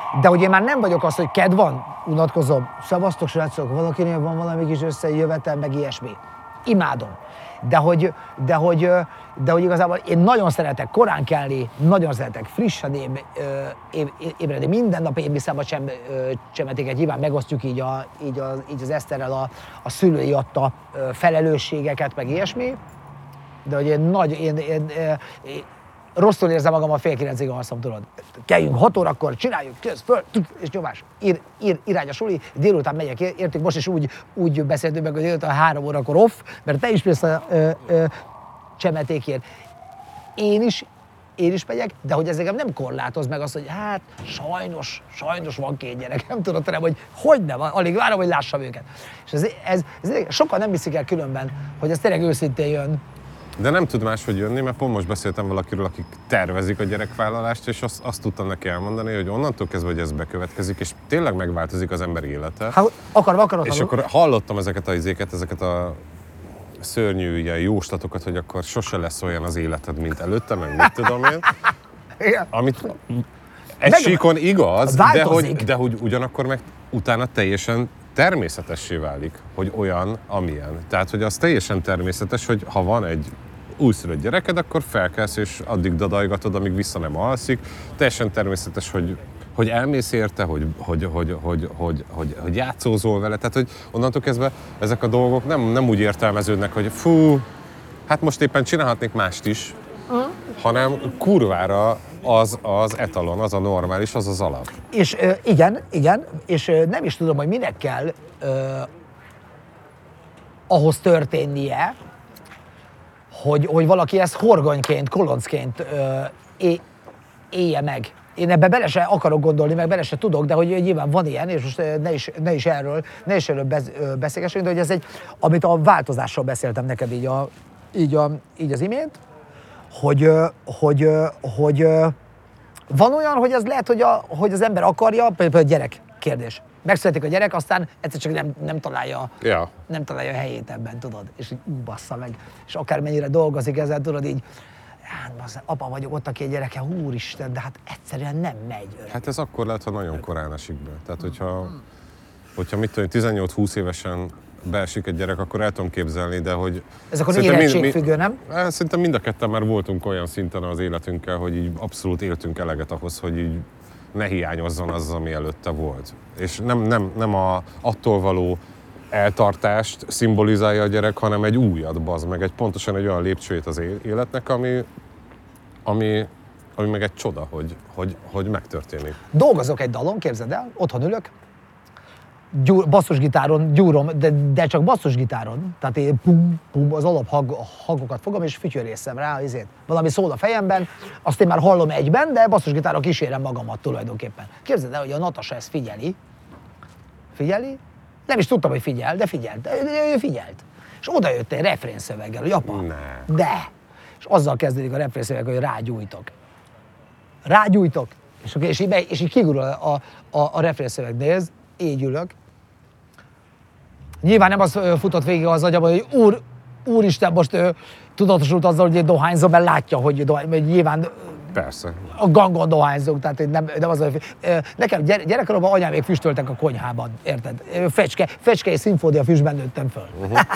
De hogy én már nem vagyok az, hogy kedv van, unatkozom, szavaztok srácok, valakinél van valami kis összejövetel, meg ilyesmi. Imádom. De hogy igazából én nagyon szeretek korán kelni, nagyon szeretek frissen ébredni. Minden nap én viszem csemetéket, nyilván megosztjuk így az Eszterrel a szülői adta felelősségeket, meg ilyesmi. De hogy én rosszul érzem magam, a 8:30-ig alszom, tudod. Keljünk 6 órakor, csináljuk, kész, föl, és nyomás. Irány a suli, délután megyek, értük, most is úgy beszéltünk meg, hogy délután 3 órakor off, mert te is mész a csemetékért. Én is megyek, de hogy ez engem nem korlátoz meg az, hogy hát sajnos van 2 gyerekem, tudod, hanem, hogy nem, alig várom, hogy lássam őket. És ez sokan nem hiszik el különben, hogy ez tényleg őszintén jön. De nem tud máshogy jönni, mert pont most beszéltem valakiről, akik tervezik a gyerekvállalást, és azt tudtam neki elmondani, hogy onnantól kezdve, hogy ez bekövetkezik, és tényleg megváltozik az ember élete. Hát akarod. És akkor hallottam ezeket a szörnyű ilyen jóslatokat, hogy akkor sose lesz olyan az életed, mint előtte, meg mit tudom én. Amit egy síkon igaz, de hogy ugyanakkor meg utána teljesen természetessé válik, hogy olyan, amilyen. Tehát, hogy az teljesen természetes, hogy ha van egy újszülött gyereked, akkor felkelsz, és addig dadajgatod, amíg vissza nem alszik. Teljesen természetes, hogy elmész érte, hogy játszózol vele. Tehát, hogy onnantól kezdve ezek a dolgok nem úgy értelmeződnek, hogy fú, hát most éppen csinálhatnék mást is, hanem kurvára az etalon, az a normális, az az alap. És igen, és nem is tudom, hogy minek kell ahhoz történnie, hogy valaki ezt horgonyként, koloncként élje meg. Én ebbe bele se akarok gondolni, meg bele se tudok, de hogy nyilván van ilyen, és most ne is erről beszélgessünk, de hogy ez amit a változásról beszéltem neked így az imént, hogy van olyan, hogy ez lehet, hogy az ember akarja, például a gyerek kérdés. Megszületik a gyerek, aztán egyszer csak nem találja a helyét ebben, tudod. És így bassza meg. És akármennyire dolgozik ezzel, tudod így, hát apa vagyok, ott a 2 gyereke, úristen, de hát egyszerűen nem megy öreg. Hát ez akkor lehet, ha nagyon korán esik be. Tehát, hogyha mit tudom, 18-20 évesen beesik egy gyerek, akkor el tudom képzelni, de hogy... Ez akkor érettségfüggő, nem? Szerintem mind a ketten már voltunk olyan szinten az életünkkel, hogy így abszolút éltünk eleget ahhoz, hogy így ne hiányozzon az, ami előtte volt. És nem attól való eltartást szimbolizálja a gyerek, hanem egy újat, bazd meg, pontosan egy olyan lépcsőjét az életnek, ami meg egy csoda, hogy megtörténik. Dolgozok egy dalon, képzeld el, otthon ülök, basszusgitáron gyúrom, de csak basszusgitáron, tehát én pum, az alaphangokat fogom, és fütyörészem rá, valami szól a fejemben, azt én már hallom egyben, de basszusgitáron kísérem magamat tulajdonképpen. Képzeld el, hogy a Natasa ezt figyeli, nem is tudtam, hogy figyel, de ő figyelt. És oda jött egy refrénszöveggel, hogy apa, de. És azzal kezdődik a refrénszöveg, hogy rágyújtok, és így kigurul a refrénszöveg, nézd, így ülök. Nyilván nem az futott végig az agyamban, hogy úristen, most tudatosult azzal, hogy dohányzom, mert látja, hogy nyilván persze. A gangon dohányzunk, tehát nem az, hogy... Nekem gyerekkoromban anyám még füstöltek a konyhában, érted? Fecske és szimfónia füstben nőttem föl.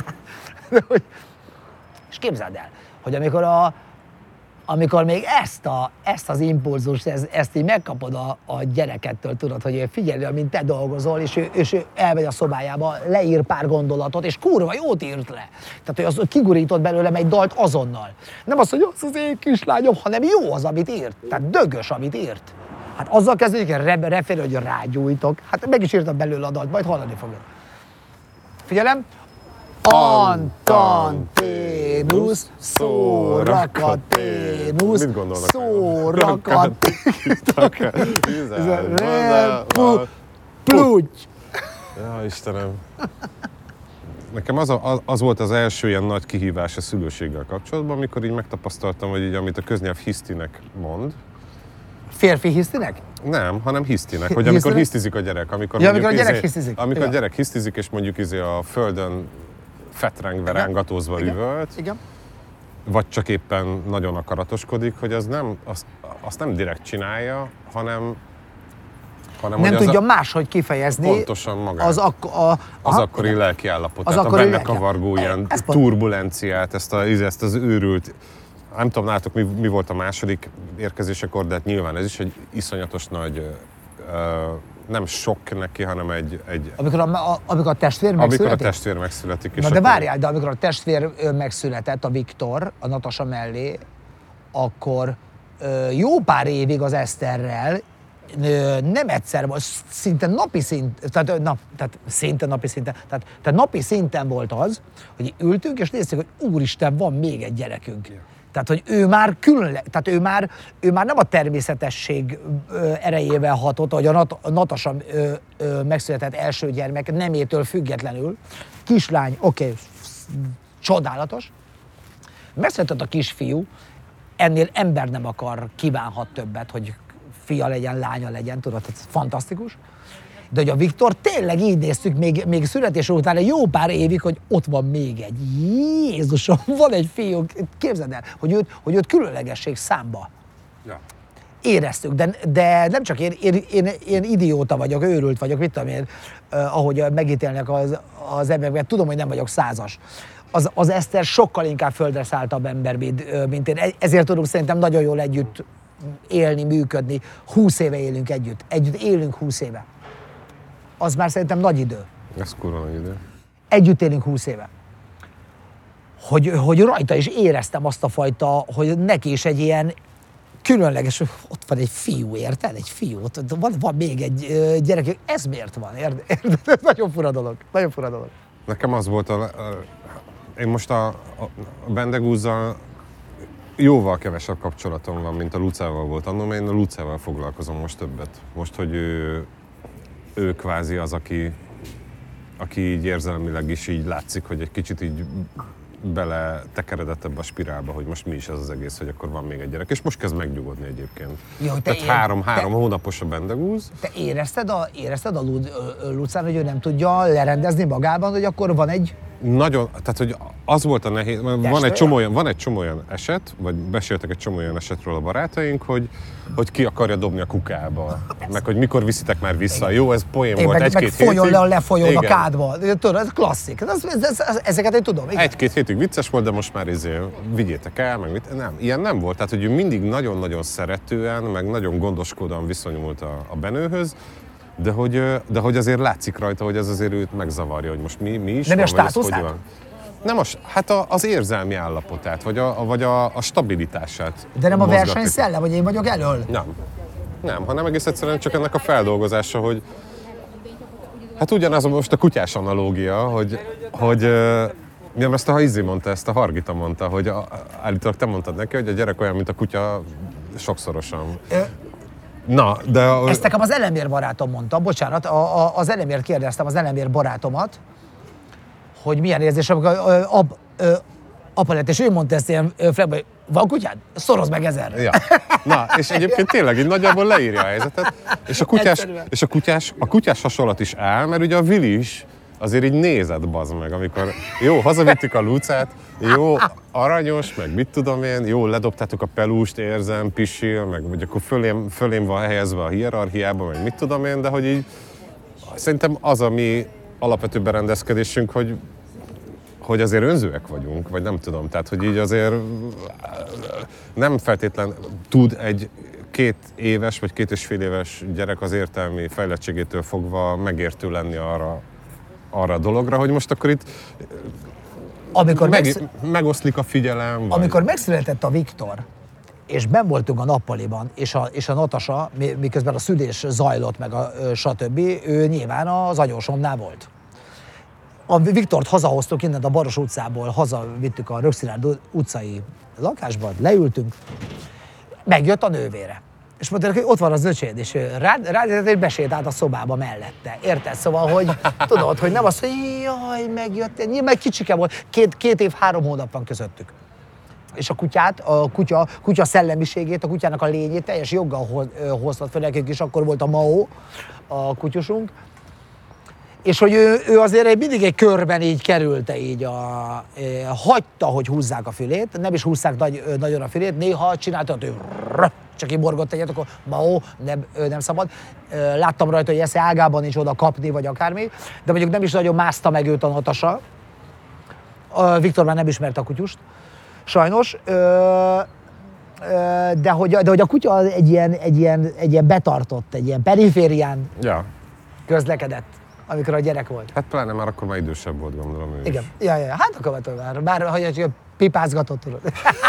És képzeld el, hogy amikor még ezt az impulzust, ezt így megkapod a gyerekettől, tudod, hogy figyelj, amint te dolgozol, és ő elmegy a szobájába, leír pár gondolatot, és kurva jót írt le. Tehát, hogy az kigurított belőlem egy dalt azonnal. Nem az, hogy az én kislányom, hanem jó az, amit írt. Tehát dögös, amit írt. Hát azzal kezdődik, hogy rágyújtok. Hát meg is írtam belőle a dalt, majd hallani fogod. Figyelem. Antanténusz, Szórakaténusz, Plúgy. Ja, Istenem. Nekem az volt az első ilyen nagy kihívás a szülőséggel kapcsolatban, amikor így megtapasztaltam, hogy így, amit a köznyelv hisztinek mond. Férfi hisztinek? Nem, hanem hisztinek, hogy amikor hisztizik a gyerek. Amikor a gyerek hisztizik. Amikor a gyerek hisztizik, és mondjuk a földön fetrengve, rángatózva üvölt, vagy csak éppen nagyon akaratoskodik, hogy azt nem direkt csinálja, hanem Hanem, nem hogy tudja máshogy kifejezni. Pontosan magát. Az akkori lelki állapotát, a benne kavargó ilyen turbulenciát, ezt az őrült. Nem tudom, nálatok mi volt a második érkezésekor, de hát nyilván ez is egy iszonyatos nagy, nem sok neki, hanem egy... Amikor a testvér megszületik? Amikor a testvér megszületik. Na de várjál, de amikor a testvér megszületett, a Viktor, a Natasa mellé, akkor jó pár évig az Eszterrel, nem egyszer, szinte napi szinten, tehát napi szinten volt az, hogy ültünk és néztük, hogy úristen, van még egy gyerekünk. Yeah. Tehát, hogy ő már tehát ő már nem a természetesség erejével hatott, ahogy a Natasa megszületett első gyermek nemétől függetlenül. Kislány, oké, csodálatos. Megszületett a kisfiú, ennél ember nem kívánhat többet, hogy fia legyen, lánya legyen, tudod, ez fantasztikus. De hogy a Viktor tényleg így néztük még születése után egy jó pár évig, hogy ott van még egy. Jézusom, van egy fiú. Képzeld el, hogy őt különlegesség számba. Ja. Éreztük, de nem csak én idióta vagyok, őrült vagyok, mit tudom én, ahogy megítélnek az embereket, tudom, hogy nem vagyok százas. Az Eszter sokkal inkább földre szálltabb ember, mint én. Ezért tudunk szerintem nagyon jól együtt élni, működni. 20 éve élünk együtt. Együtt élünk 20 éve. Az már szerintem nagy idő. Ez kurva nagy idő. Együtt élünk 20 éve. Hogy rajta is éreztem azt a fajta, hogy neki is egy ilyen különleges, ott van egy fiú, érted? Egy fiú, ott van még egy gyerek, ez miért van? Érted? Nagyon fura dolog. Nagyon fura dolog. Nekem az volt én most a Bendegúzzal jóval kevesebb kapcsolatom van, mint a Lucával volt annól, mert én a Lucával foglalkozom most többet. Most, hogy ő kvázi az, aki így érzelmileg is így látszik, hogy egy kicsit így bele tekeredett ebbe a spirálba, hogy most mi is ez az egész, hogy akkor van még egy gyerek. És most kezd megnyugodni egyébként. Jó, tehát három hónapos a Bendegúz. Te érezted a Lucán, hogy ő nem tudja lerendezni magában, hogy akkor van egy... Nagyon, tehát hogy az volt a nehéz, van egy csomó olyan eset, vagy beszéltek egy csomó olyan esetről a barátaink, hogy ki akarja dobni a kukába, meg hogy mikor viszitek már vissza. Igen. Jó, ez poén volt egy-két hétig. Meg lefolyjon a kádba. Tudod, ez klasszik. Ezeket én tudom. Egy-két hétig vicces volt, de most már vigyétek el, meg mit. Nem, ilyen nem volt. Tehát, hogy ő mindig nagyon-nagyon szeretően, meg nagyon gondoskodóan viszonyult a Benőhöz, de hogy azért látszik rajta, hogy ez azért őt megzavarja, hogy most mi is nem van, a státuszát? Nem az érzelmi állapotát, vagy a stabilitását. De nem a versenyszellem, hogy én vagyok elől? Nem, hanem egész egyszerűen csak ennek a feldolgozása, hogy hát ugyanaz most a kutyás analógia, hogy mivel ezt a Hargita mondta, hogy állítólag te mondtad neki, hogy a gyerek olyan, mint a kutya sokszorosan. Na, de... Ezt nekem az Elemér barátom mondta, bocsánat, az Elemért kérdeztem az Elemér barátomat, hogy milyen érzés, amikor apa lett, és ő mondta ezt ilyen flagban, hogy van kutyád? Szorozd meg 1000. Ja. Na, és egyébként tényleg így nagyjából leírja a helyzetet, és a kutyás hasonlat is áll, mert ugye a Vili is azért így nézett, bazd meg, amikor jó, hazavittük a Lucát, jó, aranyos, meg mit tudom én, jó, ledobtátok a pelúst, érzem, pisil, meg vagy akkor fölém van helyezve a hierarchiába, meg mit tudom én, de hogy így szerintem az a mi alapvető berendezkedésünk, hogy azért önzőek vagyunk, vagy nem tudom, tehát hogy így azért nem feltétlen tud egy 2 éves vagy 2,5 éves gyerek az értelmi fejlettségétől fogva megértő lenni arra a dologra, hogy most akkor itt megoszlik a figyelem. Amikor megszületett a Viktor, és benn voltunk a nappaliban, és a Natasa, miközben a szülés zajlott, meg a stb., ő nyilván az anyósomnál volt. A Viktort hazahoztuk innen a Baros utcából, hazavittük a Rökszilárd utcai lakásba, leültünk, megjött a nővére. És mondták, hogy ott van az öcséd, és rád és besétált a szobába mellette. Érted? Szóval, hogy tudod, hogy nem az, hogy jaj, megjött, nyilván kicsike volt, 2 év, 3 hónap van közöttük. És a kutya szellemiségét, a kutyának a lényét teljes joggal hoztat fel nekünk is, akkor volt a Mao, a kutyusunk. És hogy ő azért mindig egy körben így kerülte, így hagyta, hogy húzzák a fülét, nem is húzzák nagyon a fülét, néha csinálta, hogy csak morgott egyet, akkor nem szabad. Láttam rajta, hogy esze ágában nincs oda kapni, vagy akármi, de mondjuk nem is nagyon mászta meg őt a Natasa. Viktor már nem ismerte a kutyust, sajnos. De hogy a kutya egy ilyen betartott, egy ilyen periférián közlekedett, amikor a gyerek volt. Hát pláne már akkor már idősebb volt, gondolom ő Igen. is. Ja, hát akkor már hogy pipázgatott, tudod.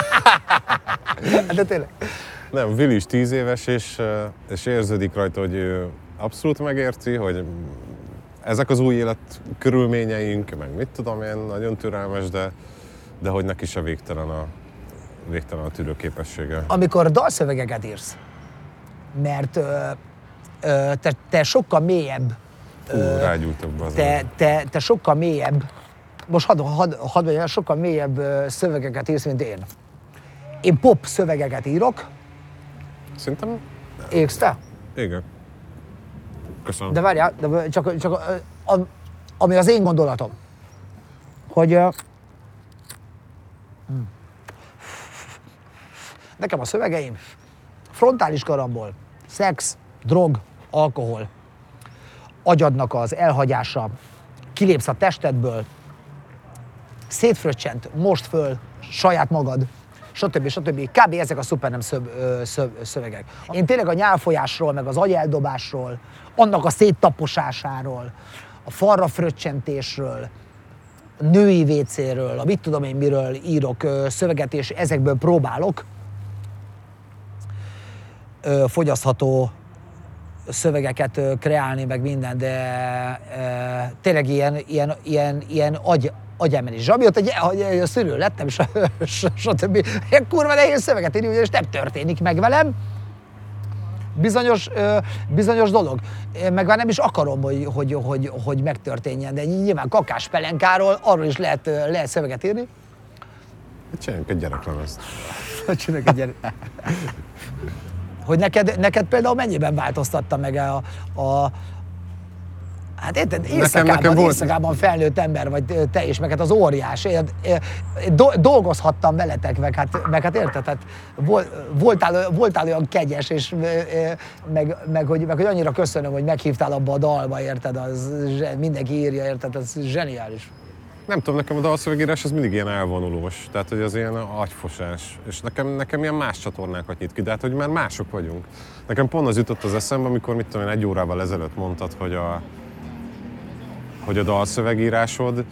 De tényleg. Nem, Willi is 10 éves, és érződik rajta, hogy ő abszolút megérti, hogy ezek az új élet körülményeink, meg mit tudom én, nagyon türelmes, de hogy neki is a végtelen a tűrőképessége. Amikor dalszövegeket írsz, mert te sokkal mélyebb, Rágyújtok be az te sokkal mélyebb, most hadd mondjam, sokkal mélyebb szövegeket írsz, mint én. Én pop szövegeket írok. Szerintem? Égsz te? Igen. Köszönöm. De várjál, csak ami az én gondolatom, hogy nekem a szövegeim frontális karambol, szex, drog, alkohol, agyadnak az elhagyása, kilépsz a testedből, szétfröccsent, most föl saját magad, stb. Kb. Ezek a szuper nem szövegek. Én tényleg a nyálfolyásról, meg az agyeldobásról, annak a széttaposásáról, a falra fröccsentésről, a női vécéről, a mit tudom én miről írok szöveget, és ezekből próbálok fogyasztható szövegeket kreálni, meg minden, de tényleg ilyen agyemelés. Amióta a szülő lettem, stb. Ilyen kurva nehéz szöveget írni, és nem történik meg velem. Bizonyos dolog. Meg már nem is akarom, hogy megtörténjen, de nyilván Kakás Pelenkáról, arról is lehet szöveget írni. Csináljunk egy gyereklemezt. Csináljunk egy gyerek. Hogy neked például mennyiben változtatta meg hát érted, éjszakában felnőtt ember vagy te is, meg hát az óriás. Dolgozhattam veletek, meg hát érted, hát voltál olyan kegyes, és meg hogy annyira köszönöm, hogy meghívtál abba a dalba, érted, az mindenki írja, érted, ez zseniális. Nem tudom, nekem a dalszövegírás az mindig ilyen elvonulós, tehát hogy az ilyen agyfosás, és nekem ilyen más csatornákat nyit ki, de hát hogy már mások vagyunk. Nekem pont az jutott az eszembe, amikor mit tudom én, 1 órával ezelőtt mondtad, hogy a dalszövegírásod,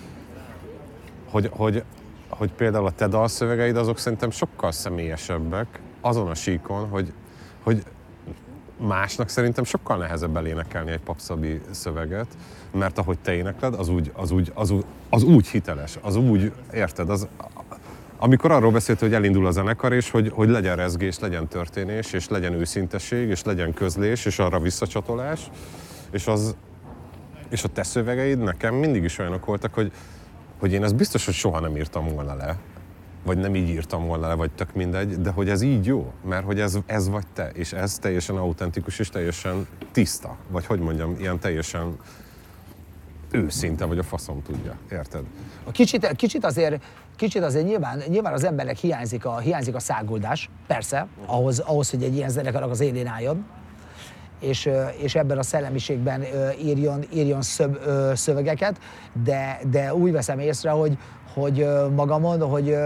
hogy például a te dalszövegeid azok szerintem sokkal személyesebbek azon a síkon, hogy másnak szerintem sokkal nehezebb elénekelni egy Pap Szabi szöveget, mert ahogy te énekled, az úgy hiteles, az úgy, érted, amikor arról beszélt, hogy elindul a zenekar, és hogy legyen rezgés, legyen történés, és legyen őszintesség, és legyen közlés, és arra visszacsatolás, és a te szövegeid nekem mindig is olyanok voltak, hogy én ezt biztos, hogy soha nem írtam volna le, vagy nem így írtam volna le, vagy tök mindegy, de hogy ez így jó, mert hogy ez vagy te, és ez teljesen autentikus, és teljesen tiszta, vagy hogy mondjam, ilyen teljesen őszinte, vagy a faszom tudja, érted? Kicsit azért nyilván az embernek hiányzik a száguldás, persze, ahhoz, hogy egy ilyen zenekarnak az élén álljon, és ebben a szellemiségben írjon szövegeket, de úgy veszem észre, hogy magamon,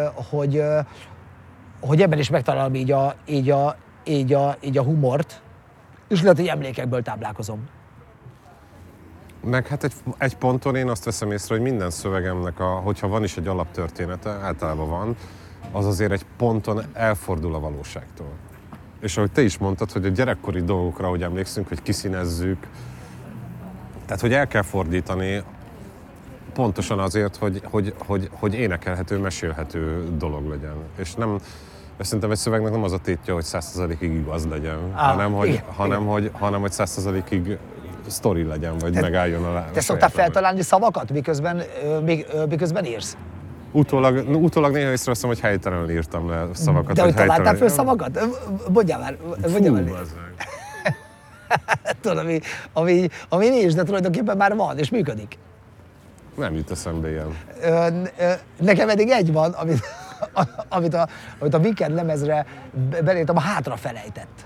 hogy ebben is megtalálom így a humort, és lehet, hogy emlékekből táplálkozom. Meg hát egy ponton én azt veszem észre, hogy minden szövegemnek, hogyha van is egy alaptörténete, általában van, az azért egy ponton elfordul a valóságtól. És ahogy te is mondtad, hogy a gyerekkori dolgokra, hogy emlékszünk, hogy kiszínezzük, tehát hogy el kell fordítani pontosan azért, hogy énekelhető, mesélhető dolog legyen. És nem, szerintem egy szövegnek nem az a tétje, hogy 100%-ig igaz legyen, hanem hogy 100%-ig sztori legyen, vagy megálljon a Te szoktál feltalálni szavakat, miközben írsz? Utólag néha észreveszem, hogy helytelenül írtam le szavakat. De hogy találtál föl szavakat? Mondjál már. Tudod, ami nincs, de tulajdonképpen már van, és működik. Nem jut eszembe ilyen. Nekem eddig egy van, amit a Weekend lemezre belírtam, a hátrafelejtett.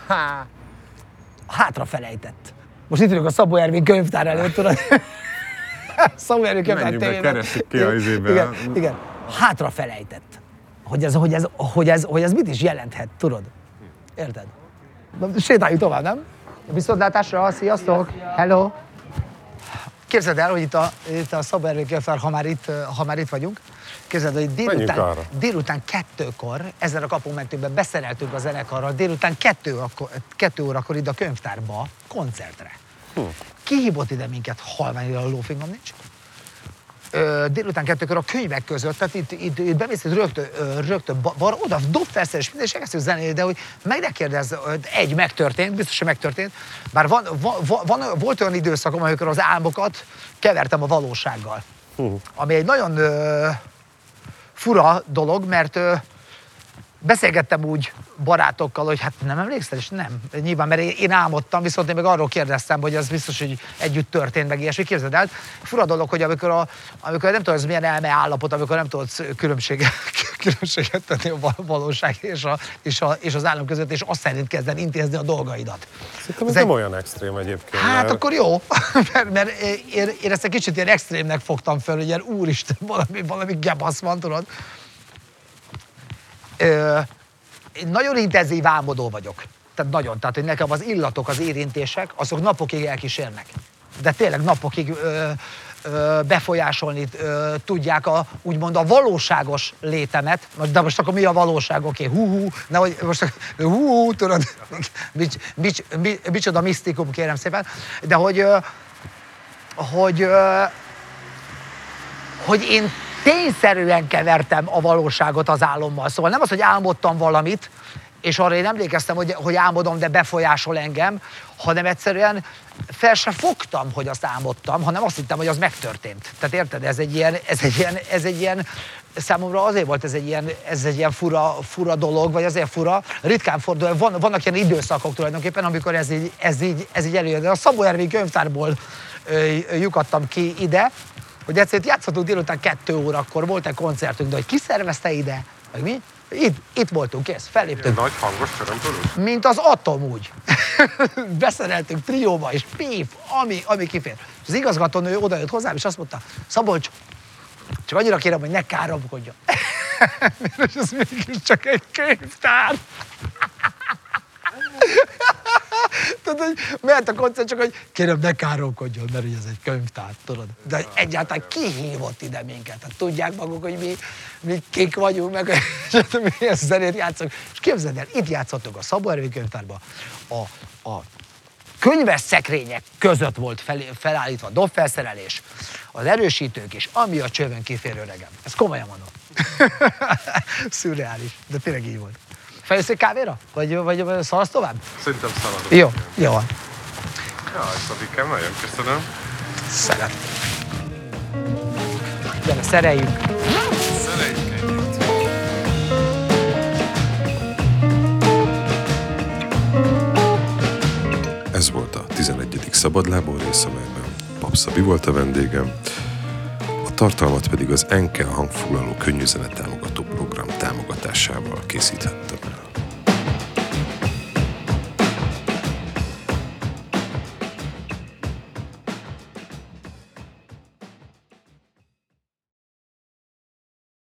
Hátrafelejtett. Most itt ülök a Szabó Ervin könyvtár előtt, tudod? Szabó Ervin könyvtár Menjünk be, tévében. keressük ki a izébe. Igen. Hátrafelejtett. Hogy ez mit is jelenthet, tudod? Érted? Sétáljunk tovább, nem? Viszontlátásra, sziasztok! Hello! Képzeld el, hogy itt a Szabó Ervin könyvtár, ha már itt vagyunk, képzeld, hogy délután 2-kor, ezen a kapumentőben beszereltünk a zenekarral, délután 2 órakor itt a könyvtárba koncertre. Kihívott ide minket, halványra a lófingom nincs. Délután 2-kor a könyvek között, tehát itt bemész, rögtön oda dobfelszeres, minden, és elkezdtük zenélni, de hogy meg ne kérdezz, megtörtént, biztos, hogy megtörtént, bár volt olyan időszakom, amikor az álmokat kevertem a valósággal. Ami egy nagyon fura dolog, mert beszélgettem úgy barátokkal, hogy hát nem emlékszel, és nem. Nyilván, mert én álmodtam, viszont én meg arról kérdeztem, hogy az biztos, hogy együtt történt, meg ilyesmi. Képzeld el, fura dolog, hogy amikor nem tudod, ez milyen elme állapot, amikor nem tudod különbséget tenni a valóság és az álom között, és azt szerint kezdeni intézni a dolgaidat. Szerintem ez nem olyan extrém egyébként. Hát akkor jó, mert én ezt egy kicsit ilyen extrémnek fogtam fel, hogy ilyen úristen, valami gebasz van, tudod. Én nagyon intenzív álmodó vagyok. Tehát hogy nekem az illatok, az érintések, azok napokig elkísérnek. De tényleg napokig befolyásolni tudják úgymond a valóságos létemet. De most akkor mi a valóság? Oké, nehogy most tudod, micsoda misztikum, kérem szépen. De hogy én tényszerűen kevertem a valóságot az álommal. Szóval nem az, hogy álmodtam valamit, és arra én emlékeztem, hogy álmodom, de befolyásol engem, hanem egyszerűen fel se fogtam, hogy azt álmodtam, hanem azt hittem, hogy az megtörtént. Tehát érted? Ez egy ilyen számomra azért volt ez egy ilyen fura dolog, vagy azért fura. Ritkán fordul, vannak ilyen időszakok tulajdonképpen, amikor ez így előjön. De a Szabó Ervin könyvtárból lyukadtam ki ide, hogy egyszerűen játszhatunk délután 2 órakor, volt egy koncertünk, de hogy ki szervezte ide, meg mi? Itt voltunk, kész, felléptünk. Nagy hangos körömpölő? Mint az atom úgy. Beszereltünk trióba, és píf, ami kifér. Az igazgatónő odajött hozzám, és azt mondta, Szabolcs, csak annyira kérem, hogy ne káromkodjon. És ez mégis csak egy könyvtár. Tudod, hogy mehet a koncert, csak hogy kérem, ne káromkodjon, mert ez egy könyvtár, tudod. De egyáltalán ki hívott ide minket? Hát tudják maguk, hogy mi kik vagyunk, meg mi ezt zenét játszunk. És képzeld el, itt játszottunk a Szabó Ervin könyvtárban, a könyves szekrények között volt felállítva a dobfelszerelés, az erősítők, és ami a csövön kifér öregem. Ezt komolyan mondom. Szürreális, de tényleg így volt. Feljössz egy kávéra? Vagy szalasz tovább? Szerintem szaladok. Jó van. Jaj, Szabikám, nagyon köszönöm. Szeret. Gyere, szereljünk. Szereljük együtt. Ez volt a 11. Szabadlábon rész, amelyben Pap Szabi volt a vendégem. A tartalmat pedig az Enkel hangfoglaló könnyűzene támogató program támogatásával készíthettem el.